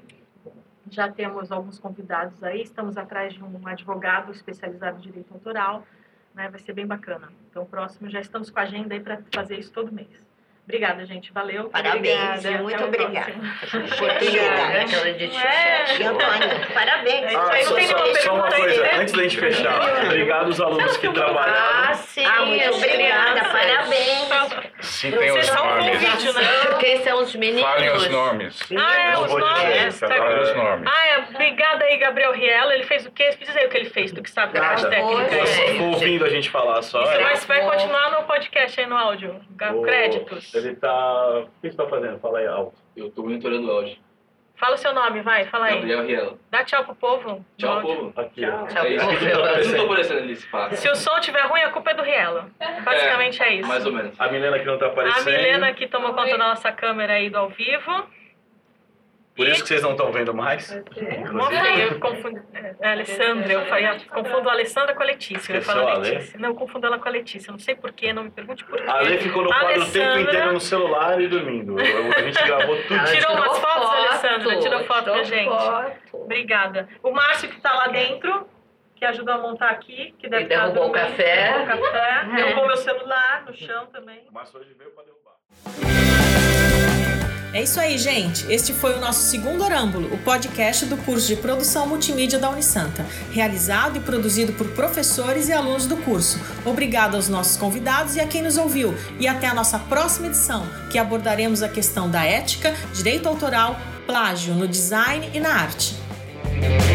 Já temos alguns convidados aí. Estamos atrás de um advogado especializado em direito autoral. Né? Vai ser bem bacana. Então, o próximo já estamos com a agenda aí para fazer isso todo mês. Obrigada, gente. Valeu. Parabéns, Obrigada. muito Até o obrigada. próximo. Oportunidade. Aquela de É. Xuxa. E Antônio, parabéns. Isso aí, não tem só, nenhuma só uma pergunta aí, coisa, né? antes da gente fechar, obrigado aos alunos que trabalharam. Ah, sim. Ah, muito as obrigada, crianças. parabéns. Citem Vocês os são um nomes. vídeo, né? Quem são os meninos? Falem os nomes. Ah, é, Não os vou dizer, nomes. tá? Falem os nomes. Ah, é. Obrigada aí, Gabriel Rielo. Ele fez o quê? Diz aí o que ele fez, do que sabe da parte Nada. técnica. Oi, Eu aí. só tô ouvindo a gente falar só. Isso é. vai, vai continuar no podcast aí no áudio. O- Créditos. Ele tá... O que você tá fazendo? Fala aí alto. Eu tô monitorando o áudio. Fala o seu nome, vai, fala aí. Gabriel Riela. Dá tchau pro povo. no Tchau, áudio. povo. Aqui, ó. Tchau, É isso. povo. Por isso que eu tô aparecendo ali, esse passo. Se o som estiver ruim, a culpa é do Rielo. Basicamente é, isso. Mais ou menos. A Milena que não tá A aparecendo. Milena que tomou conta da nossa câmera aí do ao vivo. Por isso que vocês não estão vendo mais. Ontem eu confundo. É, Alessandra, eu falei, eu confundo a Alessandra com a Letícia. Eu ia Esqueceu falar a Lê? Letícia. Não, eu confundo ela com a Letícia. Não sei porquê, não me pergunte porquê. A Lê ficou no quadro o tempo Alessandra- inteiro no celular e dormindo. Eu- A gente gravou tudo. Ela Tirou umas fotos, foto, Alessandra? Tirou foto pra tirou gente? foto. Obrigada. O Márcio que tá lá dentro, que ajudou a montar aqui, que deve E derrubou estar o café. Derrubou o café. Derrubou meu celular no chão também. Mas hoje veio pra derrubar. É isso aí, gente. Este foi o nosso segundo Orâmbulo, o podcast do curso de Produção Multimídia da Unisanta, realizado e produzido por professores e alunos do curso. Obrigado aos nossos convidados e a quem nos ouviu. E até a nossa próxima edição, que abordaremos a questão da ética, direito autoral, plágio no design e na arte.